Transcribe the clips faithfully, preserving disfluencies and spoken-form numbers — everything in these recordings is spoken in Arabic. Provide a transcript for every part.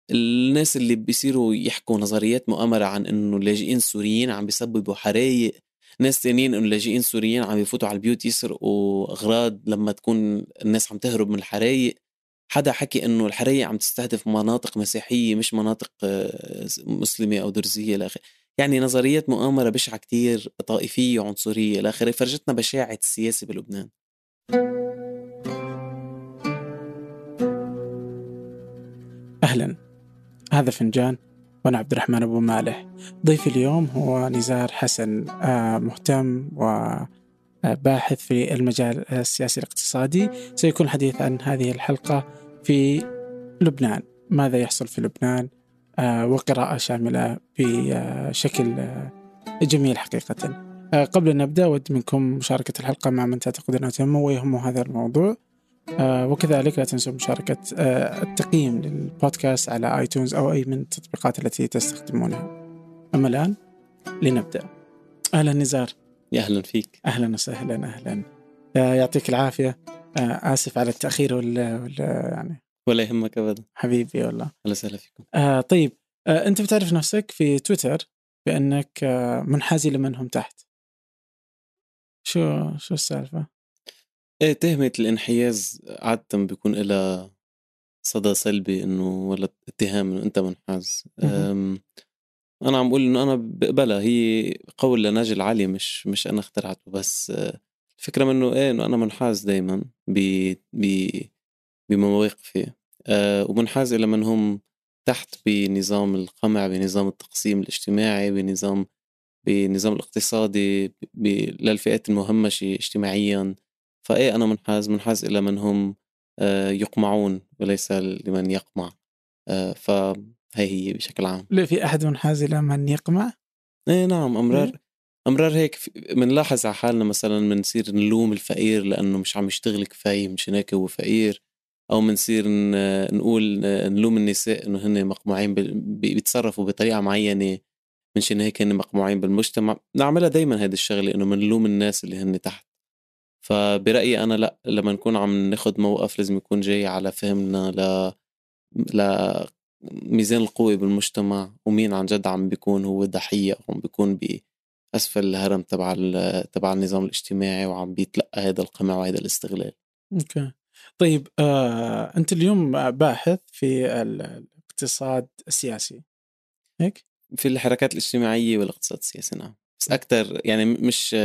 الناس اللي بيصيروا يحكوا نظريات مؤامرة عن إنه اللاجئين السوريين عم بيسببوا حرايق، ناس تانيين إنه اللاجئين السوريين عم يفوتوا على البيوت يسرقوا أغراض لما تكون الناس عم تهرب من الحرايق. حدا حكي إنه الحرايق عم تستهدف مناطق مسيحية مش مناطق آه، مسلمة أو درزية الآخر. يعني نظريات مؤامرة بشعة كتير، طائفية وعنصرية الآخر، فرجتنا بشاعة السياسة بلبنان. أهلا، هذا فنجان وأنا عبد الرحمن أبو مالح. ضيفي اليوم هو نزار حسن، مهتم وباحث في المجال السياسي الاقتصادي. سيكون الحديث عن هذه الحلقة في لبنان، ماذا يحصل في لبنان، وقراءة شاملة بشكل جميل حقيقة. قبل أن نبدأ أود منكم مشاركة الحلقة مع من تعتقدون تهمه ويهمه هذا الموضوع، آه وكذلك لا تنسوا مشاركة آه التقييم للبودكاست على آيتونز أو أي من التطبيقات التي تستخدمونها. أما الآن لنبدأ. أهلا نزار. يا أهلا فيك. أهلا وسهلا. أهلا، آه يعطيك العافية. آه آسف على التأخير ولا, ولا يعني ولا يهمك أبدا حبيبي والله. أهلا وسهلا فيكم. آه طيب، آه أنت بتعرف نفسك في تويتر بأنك آه منحازي لمن هم تحت. شو شو السالفة؟ إيه، تهمة الانحياز عادة بيكون إلى صدى سلبي، إنه ولا اتهام إنه أنت منحاز. أنا عم أقول إنه أنا بقبلها، هي قول لناجي العالي، مش مش أنا اخترعته. بس الفكرة منه إيه، إنه أنا منحاز دايما ب ب بمواقفي، أه ومنحاز إلى من هم تحت بنظام القمع، بنظام التقسيم الاجتماعي، بنظام بنظام الاقتصادي، ب... للفئات المهمشة اجتماعيا. فإيه، أنا منحاز منحاز إلى من هم أه يقمعون وليس لمن يقمع. أه فهي هي بشكل عام. لا في أحد منحاز إلى من يقمع؟ ايه نعم، امرار إيه؟ امرار هيك بنلاحظ على حالنا، مثلا بنصير نلوم الفقير لانه مش عم يشتغل كفايه، مشان هيك هو فقير. او بنصير ن- نقول نلوم النساء انه هن مقموعين بال- بي- بيتصرفوا بطريقه معينه، مشان هيك هن مقموعين بالمجتمع. نعملها دايما هيدي الشغله، انه بنلوم الناس اللي هن تحت. فبرأيي انا لا، لما نكون عم ناخد موقف لازم يكون جاي على فهمنا ل ل ميزان القوة بالمجتمع، ومين عن جد عم بيكون هو ضحية أو عم بيكون بأسفل الهرم تبع ال- تبع النظام الاجتماعي، وعم بيتلقى هذا القمع وهذا الاستغلال. أوكي. طيب، آه، أنت اليوم باحث في ال- الاقتصاد السياسي، هيك؟ في الحركات الاجتماعية والاقتصاد السياسي، نعم. بس أكتر يعني مش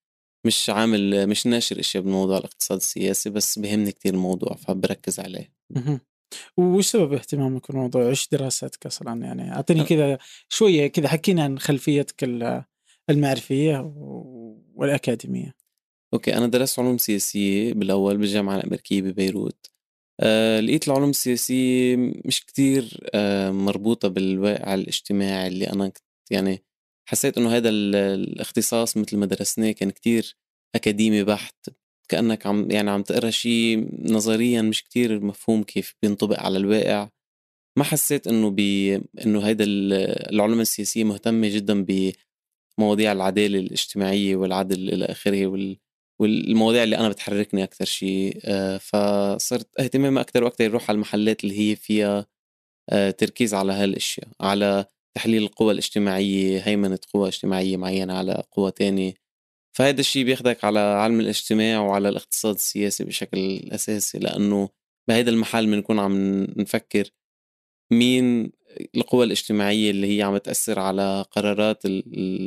مش عامل مش ناشر اشياء بموضوع الاقتصاد السياسي، بس بهمني كتير الموضوع فبركز عليه. مهم. وش سبب اهتمامك بالموضوع؟ إيش دراستك أصلا؟ يعني أعطيني كذا شوية كذا، حكينا عن خلفيتك ال- المعرفية و- والأكاديمية. أوكي، أنا درست علوم سياسية بالأول بالجامعة الأمريكية ببيروت. آه، لقيت العلوم السياسية مش كتير آه، مربوطة بالواقع الاجتماعي اللي أنا كنت يعني حسيت إنه هذا ال- الاختصاص مثل ما درسناه كان كتير أكاديمي بحت، كأنك عم يعني عم تقرأ شيء نظريا مش كتير مفهوم كيف بينطبق على الواقع. ما حسيت إنه بي إنه هيدا ال- العلوم السياسية مهتمة جدا بمواضيع العدالة الاجتماعية والعدل إلى آخره، وال والمواضيع اللي أنا بتحركني أكتر شيء. آه، فصرت اهتمامي أكتر وأكتر يروح على المحلات اللي هي فيها آه، تركيز على هالأشياء، على تحليل القوى الاجتماعية، هيمنة قوى اجتماعية معينة على قوى تانية. فهذا الشيء بياخدك على علم الاجتماع وعلى الاقتصاد السياسي بشكل أساسي، لأنه بهيدا المحل بنكون عم نفكر مين القوى الاجتماعية اللي هي عم تأثر على قرارات ال-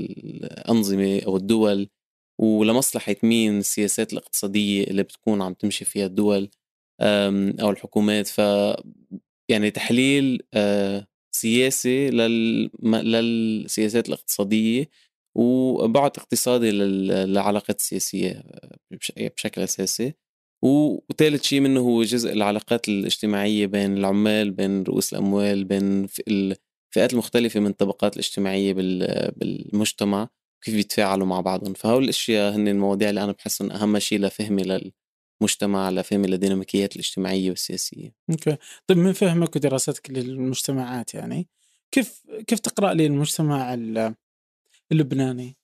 الأنظمة أو الدول، ولمصلحة مين السياسات الاقتصادية اللي بتكون عم تمشي فيها الدول أم، أو الحكومات. ف يعني تحليل آه، سياسي لل... م- للسياسات الاقتصادية، وبعد اقتصادي لل- للعلاقات السياسية آه، بش- بشكل أساسي. وثالث شيء منه هو جزء العلاقات الاجتماعية بين العمال، بين رؤوس الأموال، بين ف- الفئات المختلفة من الطبقات الاجتماعية بال- بالمجتمع، كيف بيتفاعلوا مع بعضهم. فهول الأشياء هن المواضيع اللي أنا بحسن أهم شيء لفهمي للمجتمع، لفهمي للديناميكيات الاجتماعية والسياسية. أوكي. طيب، من فهمك ودراستك للمجتمعات، يعني كيف كيف تقرأ لي المجتمع ال- اللبناني؟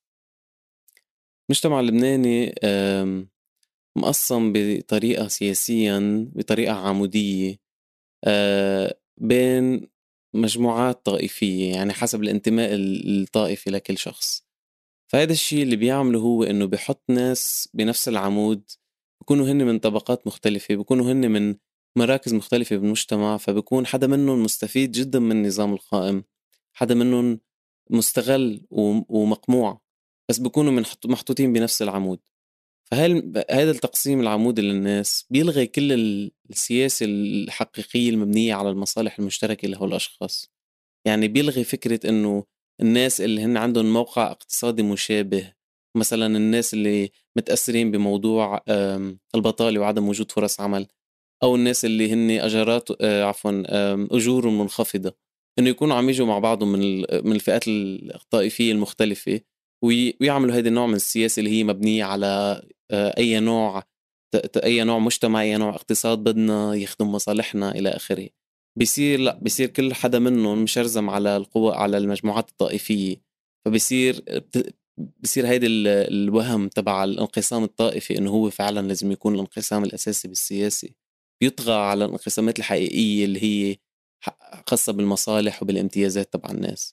المجتمع اللبناني آم، مقسم بطريقة سياسيا بطريقة عمودية آه، بين مجموعات طائفية، يعني حسب الانتماء ال- الطائفي لكل شخص. فهذا الشيء اللي بيعمله هو إنه بيحط ناس بنفس العمود، بيكونوا هن من طبقات مختلفة، بيكونوا هن من مراكز مختلفة بالمجتمع، فبيكون حدا منهم مستفيد جدا من النظام القائم، حدا منهم مستغل و- ومقموع، بس بيكونوا من محطوطين بنفس العمود. فهل هذا التقسيم العمودي للناس بيلغي كل ال- السياسة الحقيقية المبنية على المصالح المشتركة لهول الأشخاص. يعني بيلغي فكرة إنه الناس اللي هن عندهم موقع اقتصادي مشابه، مثلا الناس اللي متأثرين بموضوع آم، البطالة وعدم وجود فرص عمل، أو الناس اللي هن أجارات آه، عفوا آم، أجور منخفضة، إنه يكونوا عم يجوا مع بعضهم من ال- من الفئات الطائفية المختلفة، وي- ويعملوا هذا النوع من السياسة اللي هي مبنية على آه، أي نوع ت- ت- أي نوع مجتمع، أي نوع اقتصاد بدنا يخدم مصالحنا إلى آخره. بيصير لا بيصير كل حدا منهم مشرزم على القوى، على المجموعات الطائفية. فبصير بت- بصير هيدي ال- الوهم تبع الانقسام الطائفي إنه هو فعلا لازم يكون الانقسام الأساسي بالسياسة، بيطغى على الانقسامات الحقيقية اللي هي ح- خاصة بالمصالح وبالامتيازات تبع الناس.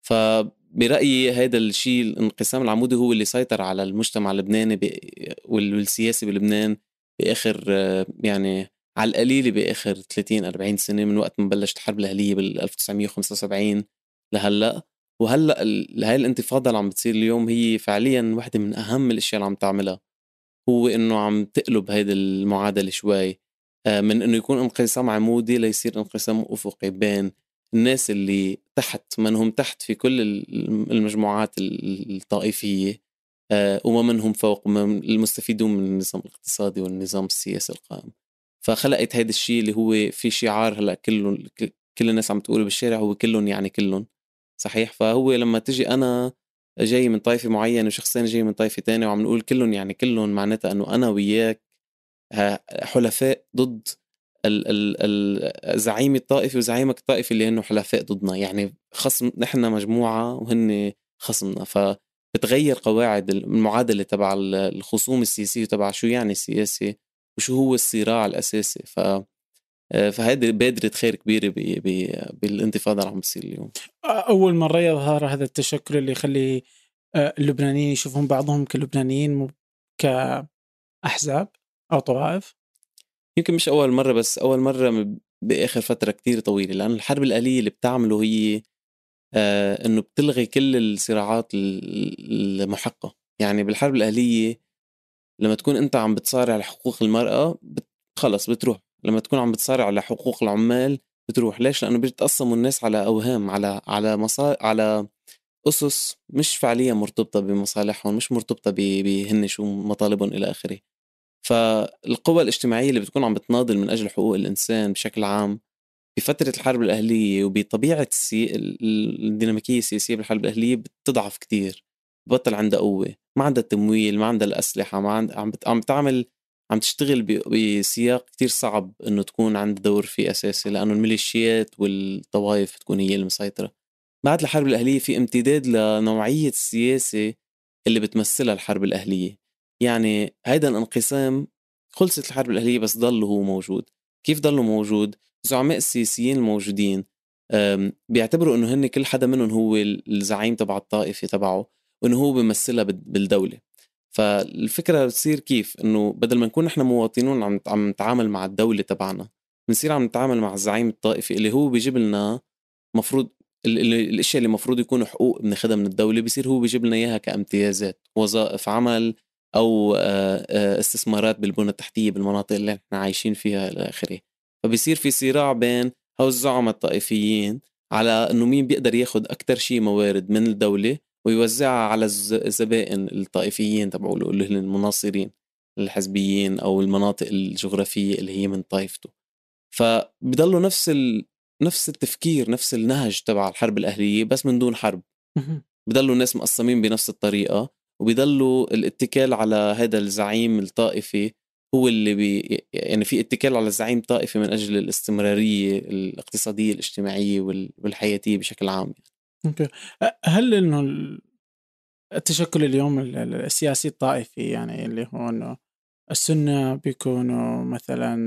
فبرأيي هذا الشيء، الانقسام العمودي، هو اللي سيطر على المجتمع اللبناني ب... وال- والسياسي بلبنان بآخر آه، يعني على القليلة بآخر ثلاثين أربعين سنة، من وقت ما بلشت الحرب الأهلية بال ألف وتسعمية وخمسة وسبعين لهلأ. وهلأ ال- هاي الانتفاضة اللي عم بتصير اليوم هي فعليا واحدة من أهم الأشياء اللي عم تعملها، هو إنه عم تقلب هيدي المعادلة شوي، آه، من إنه يكون انقسام عمودي ليصير انقسام أفقي بين الناس اللي تحت، من هم تحت في كل ال- المجموعات ال- الطائفية، آه، وما منهم فوق، ومن المستفيدون من النظام الاقتصادي والنظام السياسي القائم. فخلقت هيدا الشيء اللي هو في شعار هلا كله كل الناس عم تقوله بالشارع، هو كلهم يعني كلهم. صحيح. فهو لما تجي أنا جاي من طائفة معينة وشخصين جاي من طائفة تانية وعم نقول كلهم يعني كلهم، معناتها أنه أنا وياك ه- حلفاء ضد ال- ال- ال- زعيم الطائفة وزعيمك الطائفي اللي هنه حلفاء ضدنا، يعني خصم، نحن مجموعة وهن خصمنا. فبتغير قواعد المعادلة تبع ال- الخصوم السياسية، تبع شو يعني السياسة وشو هو الصراع الأساسي. ف فهذه بادرة خير كبيرة ب... ب... بالانتفاضة اللي عم بتصير اليوم. أول مرة يظهر هذا التشكل اللي يخلي آه، اللبنانيين يشوفون بعضهم كلبنانيين مو كأحزاب أو طوائف. يمكن مش أول مرة، بس أول مرة م- بآخر فترة كتير طويلة، لأن الحرب الآلية اللي بتعمله هي آه إنه بتلغي كل الصراعات ال- المحقة. يعني بالحرب الأهلية لما تكون أنت عم بتصارع لحقوق المرأة بت... خلص بتروح، لما تكون عم بتصارع لحقوق العمال بتروح. ليش؟ لأنه بيتقسموا الناس على أوهام، على على مصا... على أسس مش فعليا مرتبطة بمصالحهم، مش مرتبطة ب... بهن شو مطالبهم إلى آخره. فالقوى الاجتماعية اللي بتكون عم بتناضل من أجل حقوق الإنسان بشكل عام بفترة الحرب الأهلية وبطبيعة السي... ال- الديناميكية السياسية بالحرب الأهلية بتضعف كتير، بطل عندها قوة، ما عندها تمويل، ما عندها الأسلحة، ما عند... عم بت... عم بتعمل عم تشتغل ب... بسياق كتير صعب إنه تكون عندها دور فيه أساسي، لأنه الميليشيات والطوائف تكون هي المسيطرة. بعد الحرب الأهلية في امتداد لنوعية السياسة اللي بتمثلها الحرب الأهلية. يعني هيدا الانقسام، خلصت الحرب الأهلية بس ضل هو موجود. كيف ضله موجود؟ الزعماء السياسيين الموجودين أم، بيعتبروا انه هن كل حدا منهم هو الزعيم تبع الطائفة تبعه، وانه هو بيمثلها بال- بالدولة. فالفكرة بتصير كيف انه بدل ما نكون نحن مواطنون عم عم نتعامل مع الدولة تبعنا، بنصير عم نتعامل مع الزعيم الطائفي اللي هو بيجيب لنا مفروض ال- ال- الاشياء اللي مفروض يكونوا حقوق بناخدها من الدولة، بيصير هو بيجيب لنا اياها كامتيازات، وظائف عمل، او آه، آه، استثمارات بالبنى التحتية بالمناطق اللي احنا عايشين فيها الى اخره. فبيصير في صراع بين هؤلاء الزعماء الطائفيين على انه مين بيقدر ياخد اكتر شيء موارد من الدولة ويوزعها على الز- الزبائن الطائفيين تبعوله، اللي هن المناصرين الحزبيين او المناطق الجغرافية اللي هي من طائفته. فبضلوا نفس ال... نفس التفكير، نفس النهج تبع الحرب الأهلية بس من دون حرب. مهم. بضلوا الناس مقسمين بنفس الطريقة، وبيضلوا الاتكال على هذا الزعيم الطائفي هو اللي بي يعني في اتكال على الزعيم الطائفي من أجل الاستمرارية الاقتصادية الاجتماعية وال- والحياتية بشكل عام. أوكي. أ- هل إنه ال- التشكل اليوم ال- ال- السياسي الطائفي، يعني اللي هو إنه السنة بيكونوا مثلا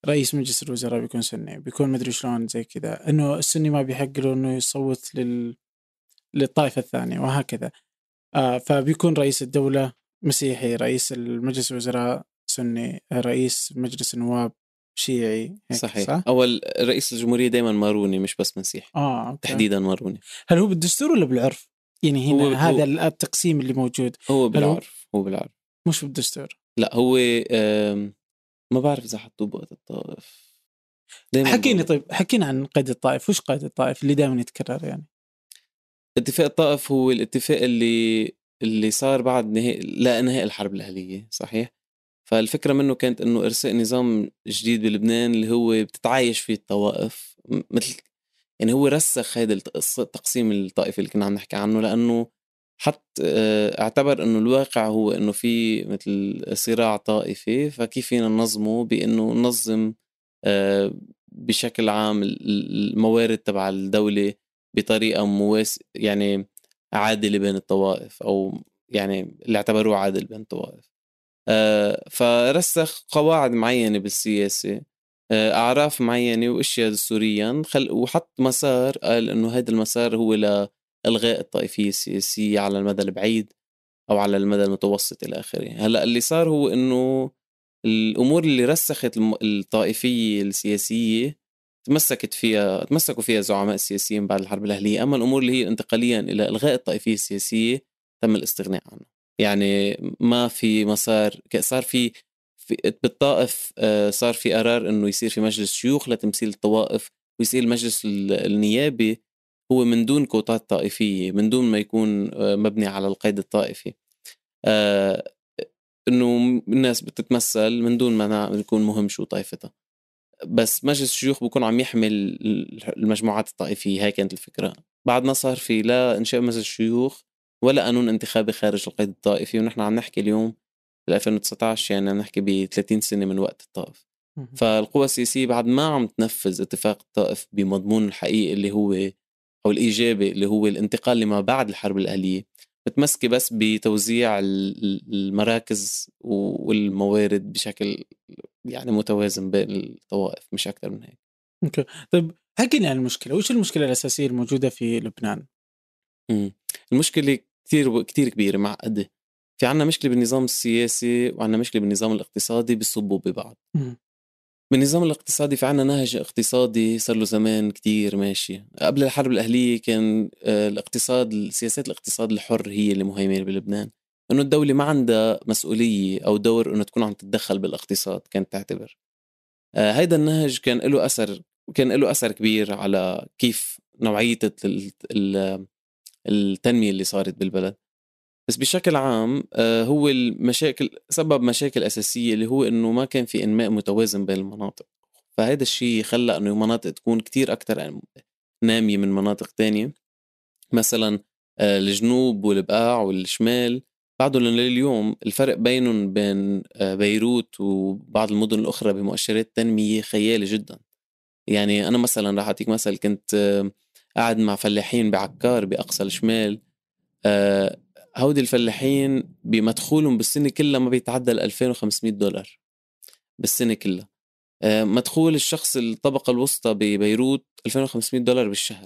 رئيس مجلس الوزراء بيكون سني، بيكون مدري شلون زي كذا، إنه السني ما بيحق له إنه يصوت لل للطائفة الثانية وهكذا. آه فبيكون رئيس الدولة مسيحي، رئيس المجلس الوزراء سني، رئيس مجلس النواب شيعي، هيك صحيح. صح؟ أول رئيس الجمهورية دايما ماروني مش بس مسيحي، آه أوكي. تحديدا ماروني. هل هو بالدستور ولا بالعرف؟ يعني هو هنا هذا هو التقسيم اللي موجود، هو هل هو بالعرف هو بالعرف مش بالدستور؟ لا هو آم، ما بعرف إذا حطوه بوقت الطائف، دايما حكيني، بقول طيب حكينا عن قيد الطائف، وش قيد الطائف اللي دائما يتكرر يعني؟ اتفاق الطائف هو الاتفاق اللي اللي صار بعد نهاية لا نهاية الحرب الأهلية، صحيح. فالفكرة منه كانت إنه إرساء نظام جديد بلبنان اللي هو بتتعايش فيه الطوائف، م- مثل يعني هو رسخ هذا التقسيم الطائفي اللي كنا عم نحكي عنه، لأنه حط آه، اعتبر إنه الواقع هو إنه في مثل صراع طائفي، فكيف فينا ننظمه بإنه ننظم آه، بشكل عام ال- ال- الموارد تبع الدولة بطريقة مواسية، يعني عادلة بين الطوائف، أو يعني اللي اعتبروه عادل بين الطوائف. آه، فرسخ قواعد معينة بالسياسة، آه، أعراف معينة وأشياء دستوريا، خل... وحط مسار قال إنه هذا المسار هو لإلغاء الطائفية السياسية على المدى البعيد أو على المدى المتوسط إلى آخره. هلأ اللي صار هو إنه الأمور اللي رسخت الم... الطائفية السياسية تمسكت فيها تمسكوا فيها الزعماء السياسيين بعد الحرب الأهلية، أما الأمور اللي هي انتقاليا إلى إلغاء الطائفية السياسية تم الاستغناء عنها. يعني ما في مسار، ك- صار في, في بالطائف آه، صار في قرار انه يصير في مجلس شيوخ لتمثيل الطوائف، ويصير المجلس ال- النيابي هو من دون كوتات طائفية، من دون ما يكون آه، مبني على القيد الطائفي. آه، انه الناس بتتمثل من دون ما نا- يكون مهم شو طائفتها، بس مجلس الشيوخ بيكون عم يحمل المجموعات الطائفية. هاي كانت الفكرة. بعد ما صار في لا إنشاء مجلس الشيوخ ولا قانون انتخابي خارج القيد الطائفي، ونحن عم نحكي اليوم بال ألفين وتسعة عشر، يعني عم نحكي ب ثلاثين سنة من وقت الطائف. مهم. فالقوى السياسية بعد ما عم تنفذ اتفاق الطائف بمضمون الحقيقي اللي هو أو الإيجابي اللي هو الانتقال لما بعد الحرب الأهلية، متمسكة بس بتوزيع ال- ال- المراكز والموارد بشكل يعني متوازن بين الطوائف، مش أكثر من هيك. اوكي، طيب حكيني عن المشكلة، وش المشكلة الأساسية الموجودة في لبنان؟ مم. المشكلة كتير كتير كبيرة معقدة. في عنا مشكلة بالنظام السياسي وعنا مشكلة بالنظام الاقتصادي بيصبوا ببعض. مم. بالنظام الاقتصادي في عنا نهج اقتصادي صار له زمان كتير ماشي. قبل الحرب الأهلية كان آه، الاقتصاد سياسات الاقتصاد الحر هي اللي مهيمنة بلبنان، انه الدولة ما عندها مسؤولية او دور انه تكون عم تتدخل بالاقتصاد، كانت تعتبر آه، هيدا النهج كان له اثر كان له اثر كبير على كيف نوعية ال- ال- التنمية اللي صارت بالبلد. بس بشكل عام آه، هو المشاكل سبب مشاكل أساسية اللي هو إنه ما كان في إنماء متوازن بين المناطق. فهذا الشيء خلى إنه مناطق تكون كتير أكتر نامية من مناطق تانية. مثلا آه، الجنوب والبقاع والشمال بعده لليوم الفرق بينهم بين آه، بيروت وبعض المدن الأخرى بمؤشرات تنمية خيالي جدا. يعني أنا مثلا راح أعطيك مثل، كنت آه، قاعد مع فلاحين بعكار بأقصى الشمال. آه، هودي الفلاحين بمدخولهم بالسنة كلها ما بيتعدى ال ألفين وخمسمية دولار بالسنة كلها. آه، مدخول الشخص الطبقة الوسطى ببيروت ألفين وخمسمية دولار بالشهر.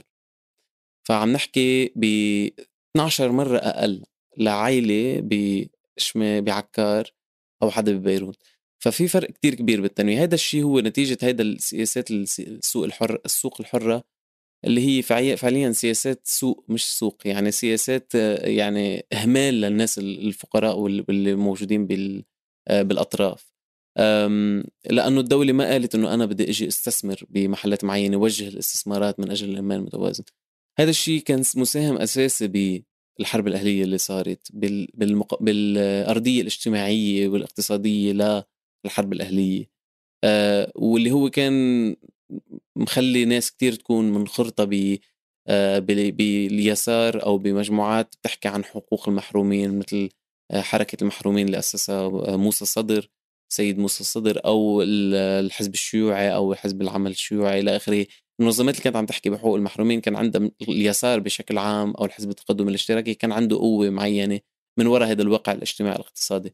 فعم نحكي ب اثناشر مرة أقل لعائلة بشمي بعكار أو حدا ببيروت. ففي فرق كتير كبير بالتنمية. هذا الشيء هو نتيجة هذا السياسات الس- السوق الحر السوق الحرة اللي هي فعليا فعليا سياسات سوق مش سوق، يعني سياسات آه، يعني إهمال للناس الفقراء وال- واللي موجودين بال آه، بالأطراف. أم، لأنه الدولة ما قالت إنه أنا بدي أجي استثمر بمحلات معينة، وجه الاستثمارات من أجل الإنماء المتوازن. هذا الشيء كان مساهم أساسي بالحرب الأهلية اللي صارت بال... بالمق... بالأرضية الاجتماعية والاقتصادية للحرب الأهلية. آه، واللي هو كان مخلي ناس كتير تكون منخرطة ب آه، بال- باليسار أو بمجموعات بتحكي عن حقوق المحرومين، مثل آه، حركة المحرومين اللي أسسها آه، موسى صدر سيد موسى صدر، أو ال- الحزب الشيوعي أو حزب العمل الشيوعي إلى آخره. المنظمات اللي كانت عم تحكي بحقوق المحرومين كان عندها اليسار بشكل عام أو الحزب التقدم الاشتراكي كان عنده قوة معينة من وراء هذا الواقع الاجتماعي الاقتصادي.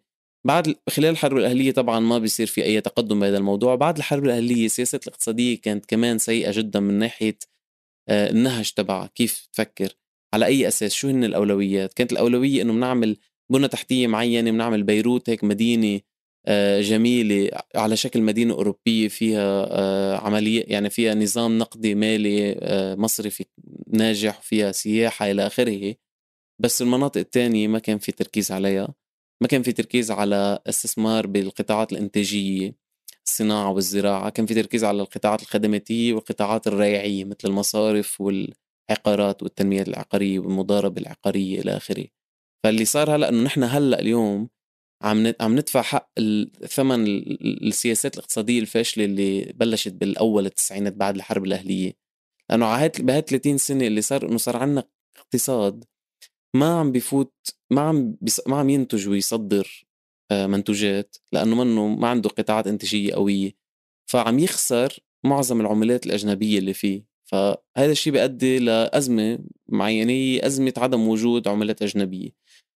بعد خلال الحرب الأهلية طبعا ما بيصير في أي تقدم بهذا الموضوع. بعد الحرب الأهلية السياسة الاقتصادية كانت كمان سيئة جدا من ناحية آه، النهج تبعها، كيف تفكر، على أي أساس، شو هن الأولويات. كانت الأولوية إنه بنعمل بنى تحتية معينة، بنعمل بيروت هيك مدينة آه، جميلة على شكل مدينة أوروبية فيها آه، عملية، يعني فيها نظام نقدي مالي آه، مصرفي ناجح، وفيها سياحة إلى آخره. بس المناطق التانية ما كان في تركيز عليها، ما كان في تركيز على استثمار بالقطاعات الإنتاجية، الصناعة والزراعة. كان في تركيز على القطاعات الخدماتية والقطاعات الريعية مثل المصارف والعقارات والتنمية العقارية والمضاربة العقارية إلى آخره. فاللي صار هلأ إنه نحن هلأ اليوم عم ن- عم ندفع حق الثمن ال- السياسات الاقتصادية الفاشلة اللي بلشت بالأول التسعينات بعد الحرب الأهلية. لأنه عهد بهال ثلاثين سنة اللي صار إنه صار عنا اقتصاد ما عم بيفوت، ما عم بيص... ما عم ينتج ويصدر آه، منتوجات، لأنه منه ما عنده قطاعات إنتاجية قوية، فعم يخسر معظم العملات الأجنبية اللي فيه. فهذا الشيء بيؤدي لأزمة معينة، أزمة عدم وجود عملات أجنبية.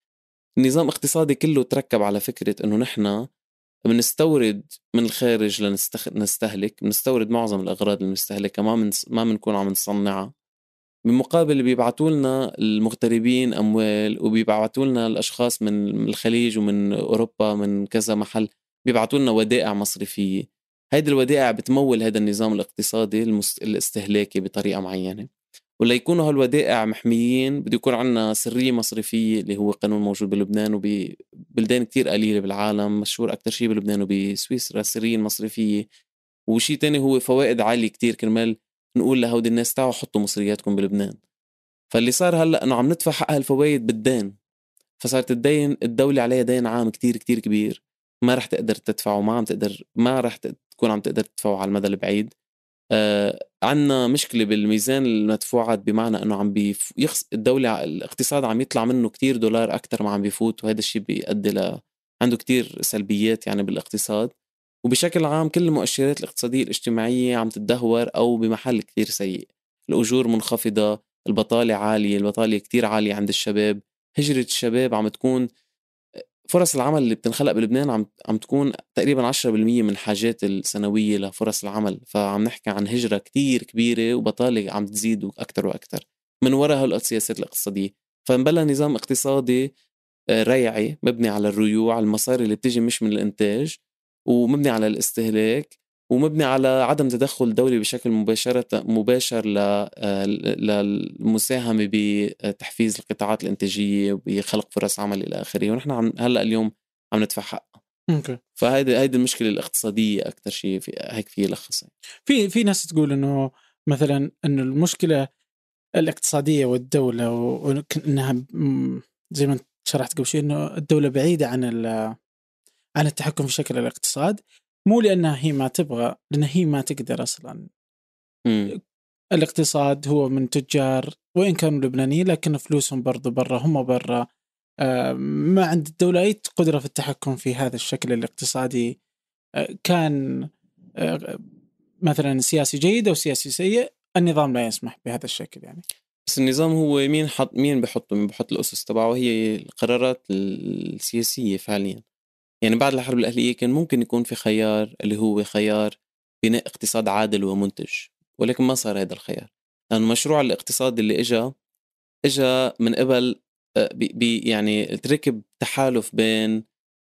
النظام الاقتصادي كله تركب على فكرة إنه نحن بنستورد من الخارج لنستخ... نستهلك، بنستورد معظم الأغراض اللي بنستهلكها، ما من... ما بنكون عم نصنعها. بالمقابل بيبعتوا لنا المغتربين أموال، وبيبعتوا لنا الأشخاص من من الخليج ومن أوروبا من كذا محل، بيبعتوا لنا ودائع مصرفية. هيدي الودائع بتمول هذا النظام الاقتصادي المس... الاستهلاكي بطريقة معينة. ولا يكونوا هالودائع محميين بده يكون عنا سرية مصرفية اللي هو قانون موجود بلبنان وببلدان كتير قليلة بالعالم، مشهور أكتر شيء بلبنان وبسويسرا السرية المصرفية. وشيء تاني هو فوائد عالية كتير، كرمال نقول لهودي الناس تعالوا حطوا مصرياتكم بلبنان. فاللي صار هلأ أنه عم ندفع حق هالفوائد بالدين، فصارت الدين الدولة عليها دين عام كتير كتير كبير، ما رح تقدر تدفعه، ما عم تقدر، ما رح تكون عم تقدر تدفعه على المدى البعيد. آه عنا مشكلة بالميزان المدفوعات، بمعنى أنه عم بيف... يخص الدولة، الاقتصاد عم يطلع منه كتير دولار أكتر ما عم بيفوت، وهذا الشيء بيؤدي ل عنده كتير سلبيات يعني بالاقتصاد. وبشكل عام كل المؤشرات الاقتصادية الاجتماعية عم تدهور أو بمحل كتير سيء. الأجور منخفضة، البطالة عالية، البطالة كتير عالية عند الشباب، هجرة الشباب عم تكون، فرص العمل اللي بتنخلق بلبنان عم عم تكون تقريبا عشرة بالمية من حاجات السنوية لفرص العمل. فعم نحكي عن هجرة كتير كبيرة وبطالة عم تزيد أكتر وأكتر من وراء هالسياسات الاقتصادية. فنبلى نظام اقتصادي آه، ريعي مبني على الريوع، المصاري اللي بتيجي مش من الإنتاج، ومبني على الاستهلاك، ومبني على عدم تدخل دولي بشكل مباشرة مباشر ل- آه، للمساهمة بتحفيز القطاعات الإنتاجية وبخلق فرص عمل إلى آخره. ونحن عم هلأ اليوم عم ندفع حقها. اوكي. فهيدي هيدي المشكلة الاقتصادية أكتر شيء، في هيك في يلخصها. في في ناس تقول انه مثلا انه المشكله الاقتصاديه والدوله وانها زي ما انت شرحت قبل شيء انه الدوله بعيده عن عن التحكم في شكل الاقتصاد، مو لانها هي ما تبغى، لانها هي ما تقدر اصلا. امم الاقتصاد هو من تجار وإن كانوا لبنانيين لكن فلوسهم برضو برا، هم برا. آه، ما عند الدولة أي قدرة في التحكم في هذا الشكل الاقتصادي. آه، كان آه، مثلا سياسي جيد أو سياسي سيء، النظام لا يسمح بهذا الشكل يعني. بس النظام هو مين حط مين بحطه، مين بحط الأسس تبعه، هي القرارات السياسية فعليا. يعني بعد الحرب الأهلية كان ممكن يكون في خيار اللي هو خيار بناء اقتصاد عادل ومنتج، ولكن ما صار هذا الخيار. لأن المشروع الاقتصادي اللي إجا إجا من قبل آه، بي بي- يعني تركب تحالف بين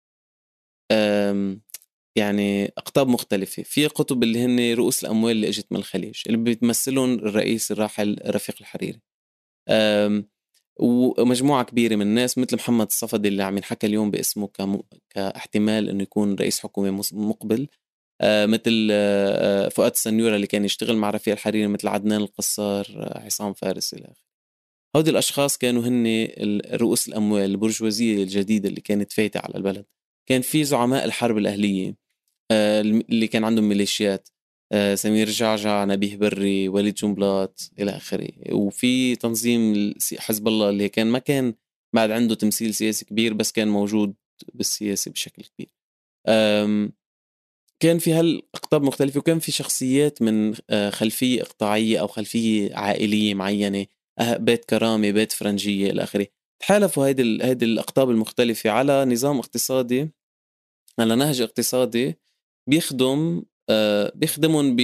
آم، يعني أقطاب مختلفة. في قطب اللي هن رؤوس الأموال اللي إجت من الخليج اللي بيتمثلهم الرئيس الراحل رفيق الحريري، آم، ومجموعة كبيرة من الناس مثل محمد الصفدي اللي عم ينحكى اليوم باسمه كم... كاحتمال إنه يكون رئيس حكومة مس- مقبل، آه، مثل آه، آه، فؤاد السنيورة اللي كان يشتغل مع رفيق الحريري، مثل عدنان القصار، آه، عصام فارس إلى آخره. هودي الأشخاص كانوا هن ال- رؤوس الأموال، البرجوازية الجديدة اللي كانت فايتة على البلد. كان في زعماء الحرب الأهلية آه، الم- اللي كان عندهم ميليشيات، آه، سمير جعجع، نبيه بري، وليد جنبلاط إلى آخره. وفي تنظيم الس- حزب الله اللي كان ما كان بعد عنده تمثيل سياسي كبير، بس كان موجود بالسياسة بشكل كبير. آم، كان في هالأقطاب مختلفة، وكان في شخصيات من آه، خلفية إقطاعية أو خلفية عائلية معينة، أه- بيت كرامة، بيت فرنجية إلى آخره. تحالفوا هيدي ال- هيدي الأقطاب المختلفة على نظام اقتصادي على نهج اقتصادي بيخدم آه بيخدمهم ب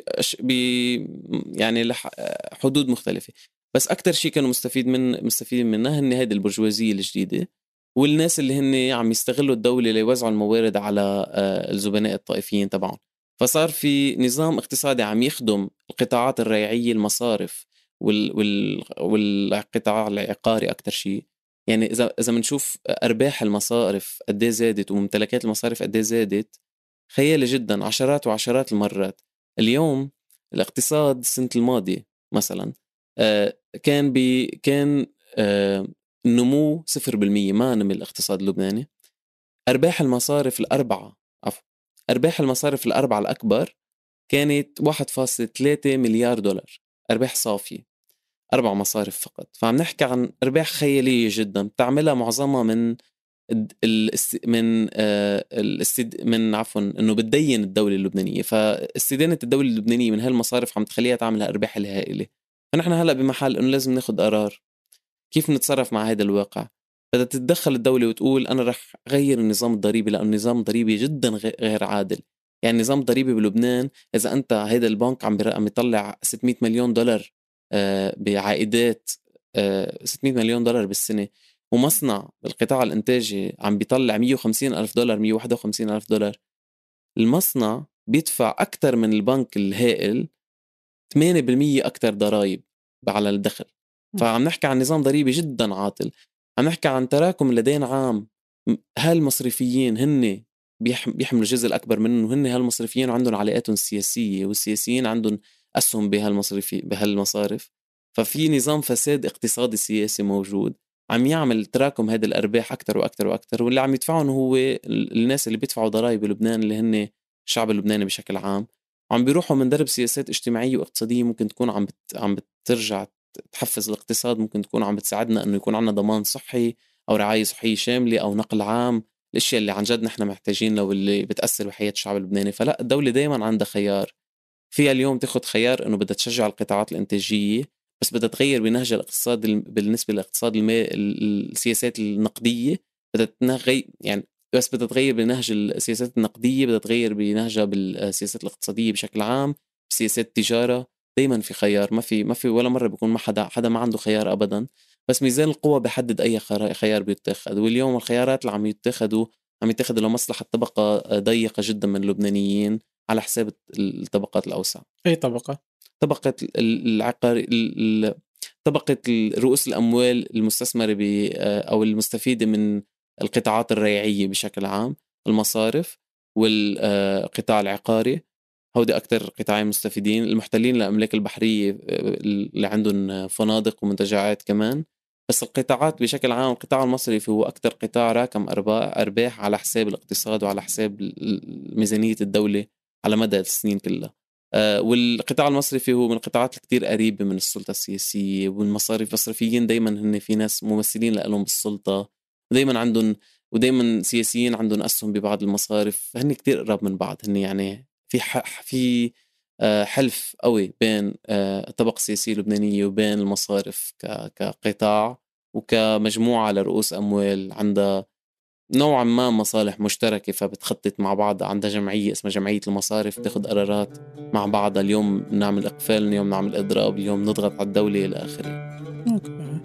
يعني لح حدود مختلفة. بس أكتر شيء كانوا مستفيد من مستفيدين منها هن هيدي البرجوازية الجديدة والناس اللي هن عم يستغلوا الدولة ليوزعوا الموارد على آه الزبناء الطائفيين تبعهم. فصار في نظام اقتصادي عم يخدم القطاعات الريعية، المصارف وال وال والقطاع العقاري أكتر شيء. يعني إذا إذا بنشوف أرباح المصارف قد زادت وممتلكات المصارف قد زادت خيالي جدا، عشرات وعشرات المرات. اليوم الاقتصاد السنة الماضية مثلا آه كان بي كان آه النمو صفر بالمية، ما نمي الاقتصاد اللبناني. أرباح المصارف الأربعة عفوا أرباح المصارف الأربعة الأكبر كانت واحد فاصلة ثلاثة مليار دولار أرباح صافية، أربع مصارف فقط. فعم نحكي عن أرباح خيالية جدا بتعملها معظمها من الاست... من آه الاستد... من عفوا انه بتدين الدوله اللبنانيه. فاستدانه الدوله اللبنانيه من هالمصارف عم تخليها تعمل هالارباح الهائله. فنحن هلا بمحل انه لازم ناخد قرار كيف نتصرف مع هذا الواقع. بدها تتدخل الدوله وتقول انا رح غير النظام الضريبي لانه النظام الضريبي جدا غير عادل. يعني النظام الضريبي بلبنان اذا انت هيدا البنك عم عم يطلع ستمية مليون دولار آه بعائدات آه ستمية مليون دولار بالسنه، ومصنع بالقطاع الانتاجي عم بيطلع مية وخمسين ألف دولار مية وواحد وخمسين ألف دولار، المصنع بيدفع أكتر من البنك الهائل ثمانية بالمية أكتر ضرائب على الدخل. فعم نحكي عن نظام ضريبي جدا عاطل. عم نحكي عن تراكم لدين عام. هالمصرفيين هن بيحملوا الجزء الأكبر منه، وهن هالمصرفيين عندهم علاقاتهم السياسية والسياسيين عندهم أسهم بهالمصرفي بهالمصارف. ففي نظام فساد اقتصادي سياسي موجود عم يعمل تراكم هذه الأرباح أكتر وأكتر وأكتر، واللي عم يدفعون هو الناس اللي بيدفعوا ضرائب بلبنان اللي هن الشعب اللبناني بشكل عام. عم بيروحوا من درب سياسات اجتماعية واقتصادية ممكن تكون عم بت... عم بترجع تحفز الاقتصاد، ممكن تكون عم بتساعدنا انه يكون عنا ضمان صحي او رعاية صحية شاملة او نقل عام، الاشياء اللي عن جد نحن محتاجين لو اللي بتأثر بحياة الشعب اللبناني. فلا الدولة دايما عندها خيار. فيها اليوم تاخد خيار انه بدها تشجع القطاعات الانتاجية بس بدها تغير بنهج الاقتصاد بالنسبة للاقتصاد الماء السياسات النقدية بدها تغير يعني بس بدها تغير بنهج السياسات النقدية، بدها تغير بنهجها بالسياسات الاقتصادية بشكل عام، بسياسات التجارة. دايما في خيار، ما في ما في ولا مرة بيكون ما حدا حدا ما عنده خيار أبدا. بس ميزان القوة بيحدد أي خيار بيتخذ، واليوم الخيارات اللي عم يتخذوا عم يتخذوا لمصلحة طبقة ضيقة جدا من اللبنانيين على حساب الطبقات الأوسع. أي طبقة؟ طبقة العقار، طبقة رؤوس الأموال المستثمرة ب أو المستفيدة من القطاعات الريعية بشكل عام، المصارف والقطاع العقاري. هودي أكتر قطاعين مستفيدين. المحتلين للأملاك البحرية اللي عندهم فنادق ومنتجعات كمان. بس القطاعات بشكل عام القطاع المصرفي هو أكتر قطاع راكم أرباح على حساب الاقتصاد وعلى حساب ميزانية الدولة على مدى السنين كلها. والقطاع المصرفي هو من القطاعات الكتير قريبة من السلطة السياسية، والمصارف مصرفيين دايما هن في ناس ممثلين لهم بالسلطة دايما عندهم، ودايما سياسيين عندهم أسهم ببعض المصارف، هن كتير قرب من بعض. هن يعني في في حلف قوي بين الطبقة السياسية اللبنانية وبين المصارف كقطاع وكمجموعة لرؤوس أموال عندها نوعا ما مصالح مشتركة، فبتخطط مع بعض. عندها جمعية اسمها جمعية المصارف تاخد قرارات مع بعض. اليوم نعمل إقفال، اليوم نعمل إضراب، اليوم نضغط على الدولة إلى آخره. أوكي.